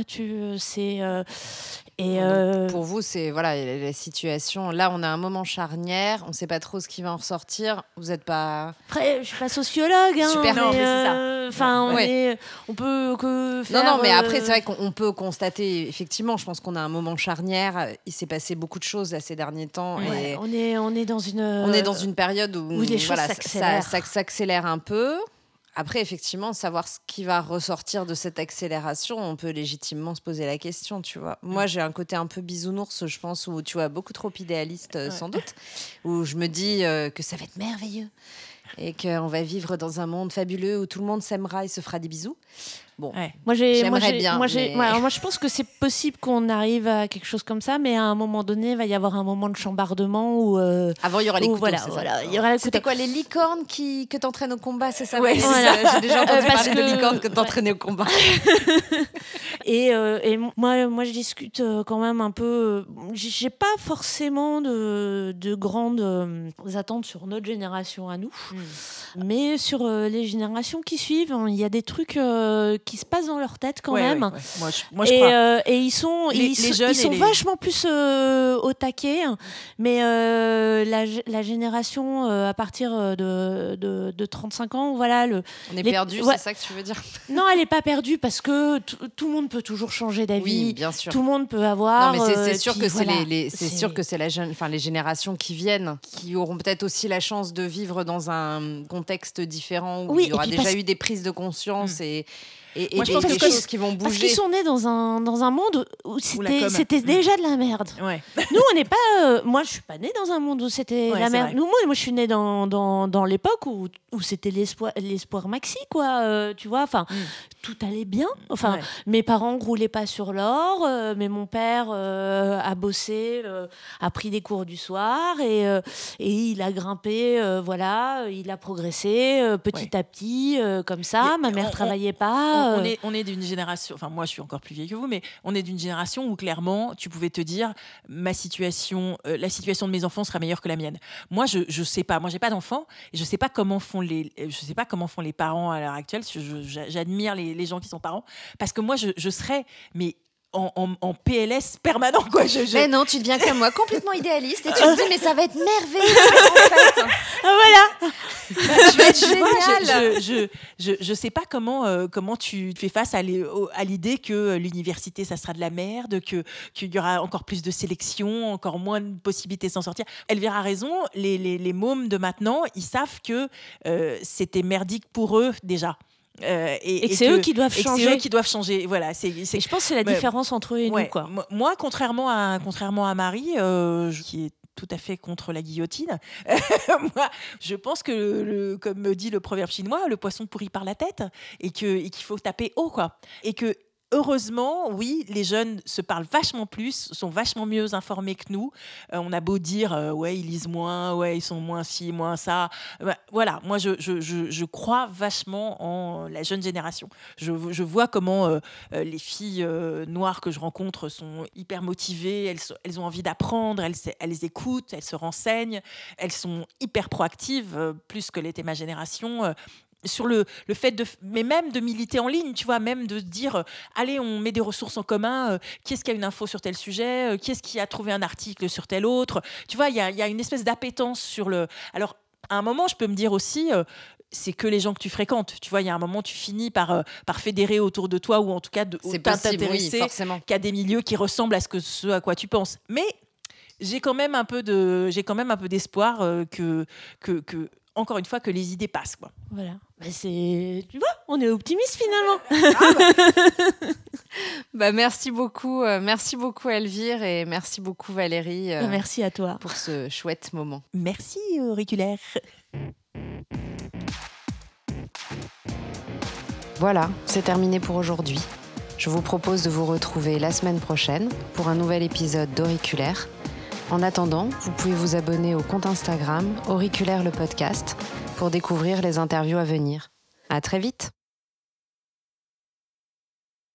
Pour vous, c'est la situation. Là, on a un moment charnière. On ne sait pas trop ce qui va en ressortir. Vous n'êtes pas. Après, je suis pas sociologue. Super, mais c'est ça. On peut que faire. Non, mais après, c'est vrai qu'on peut constater. Effectivement, je pense qu'on a un moment charnière. Il s'est passé beaucoup de choses là, ces derniers temps. Ouais, et on est dans une. On est dans une période où les choses ça s'accélère un peu. Après, effectivement, savoir ce qui va ressortir de cette accélération, on peut légitimement se poser la question, tu vois. Moi, j'ai un côté un peu bisounours, je pense, où tu vois, beaucoup trop idéaliste, sans doute, où je me dis que ça va être merveilleux et qu'on va vivre dans un monde fabuleux où tout le monde s'aimera et se fera des bisous. Bon, j'aimerais bien. Moi, je pense que c'est possible qu'on arrive à quelque chose comme ça, mais à un moment donné, il va y avoir un moment de chambardement où. Avant, il y aura les couteaux. Il y aura les C'était quoi, les licornes que t'entraînes au combat, c'est ça? Ouais, j'ai déjà entendu parler de licornes que t'entraînais au combat. Et moi, je discute quand même un peu. J'ai pas forcément de grandes attentes sur notre génération à nous, mais sur les générations qui suivent, il y a des trucs qui se passent dans leur tête quand même. Ouais. Moi, je crois. Et ils sont vachement plus au taquet, mais la génération à partir de 35 ans, voilà. On est perdu, c'est ça que tu veux dire? Non, elle n'est pas perdue parce que tout le monde peut toujours changer d'avis. Oui, bien sûr. Tout le monde peut avoir. Non, mais c'est sûr que c'est sûr que c'est les générations qui viennent, qui auront peut-être aussi la chance de vivre dans un contexte différent où il y aura déjà eu des prises de conscience et moi, des choses qui vont bouger. Parce qu'ils sont nés dans un monde où c'était déjà de la merde. Ouais. Nous, on n'est pas. Moi, je suis pas née dans un monde où c'était la merde. Moi, je suis née dans l'époque où c'était l'espoir maxi, quoi. Tu vois, tout allait bien. Mes parents roulaient pas sur l'or, mais mon père a bossé, a pris des cours du soir et il a grimpé, il a progressé petit à petit, comme ça. Ma mère travaillait pas. On est d'une génération, enfin moi je suis encore plus vieille que vous, mais on est d'une génération où clairement tu pouvais te dire la situation de mes enfants sera meilleure que la mienne. Moi je sais pas, moi j'ai pas d'enfants et je sais pas comment font les parents à l'heure actuelle. J'admire les gens qui sont parents parce que moi je serais en PLS permanent, quoi. Mais non, tu deviens comme moi, complètement idéaliste et tu te dis mais ça va être merveilleux en fait. Voilà. Je vais être génial. Je sais pas comment tu fais face à l'idée que l'université ça sera de la merde, qu'il y aura encore plus de sélection, encore moins de possibilités de s'en sortir. Elvire a raison, les mômes de maintenant, ils savent que c'était merdique pour eux déjà. Et que c'est eux qui doivent changer. C'est eux qui doivent changer. Voilà, et je pense que c'est la différence entre eux et nous. Quoi. Moi, contrairement à Marie, qui est tout à fait contre la guillotine. Moi, je pense que, comme dit le proverbe chinois, le poisson pourrit par la tête et qu'il faut taper haut, quoi. Et que heureusement, oui, les jeunes se parlent vachement plus, sont vachement mieux informés que nous. On a beau dire, ouais, ils lisent moins, ouais, ils sont moins ci, moins ça. Voilà, moi, je crois vachement en la jeune génération. Je vois comment les filles noires que je rencontre sont hyper motivées, elles ont envie d'apprendre, elles écoutent, elles se renseignent, elles sont hyper proactives, plus que l'était ma génération. Sur le fait mais même de militer en ligne, tu vois, même de dire allez, on met des ressources en commun, qui est-ce qui a une info sur tel sujet, qui est-ce qui a trouvé un article sur tel autre, tu vois, il y a une espèce d'appétence sur le... Alors, à un moment, je peux me dire aussi... c'est que les gens que tu fréquentes. Tu vois, il y a un moment, tu finis par fédérer autour de toi, ou en tout cas t'intéresser qu'à des milieux qui ressemblent à ce à quoi tu penses. Mais j'ai quand même un peu d'espoir que encore une fois, que les idées passent, quoi. Voilà. Tu vois, on est optimiste finalement. Merci beaucoup Elvire, et merci beaucoup Valérie. Merci à toi pour ce chouette moment. Merci Auriculaire. Voilà, c'est terminé pour aujourd'hui. Je vous propose de vous retrouver la semaine prochaine pour un nouvel épisode d'Auriculaire. En attendant, vous pouvez vous abonner au compte Instagram Auriculaire le podcast pour découvrir les interviews à venir. À très vite!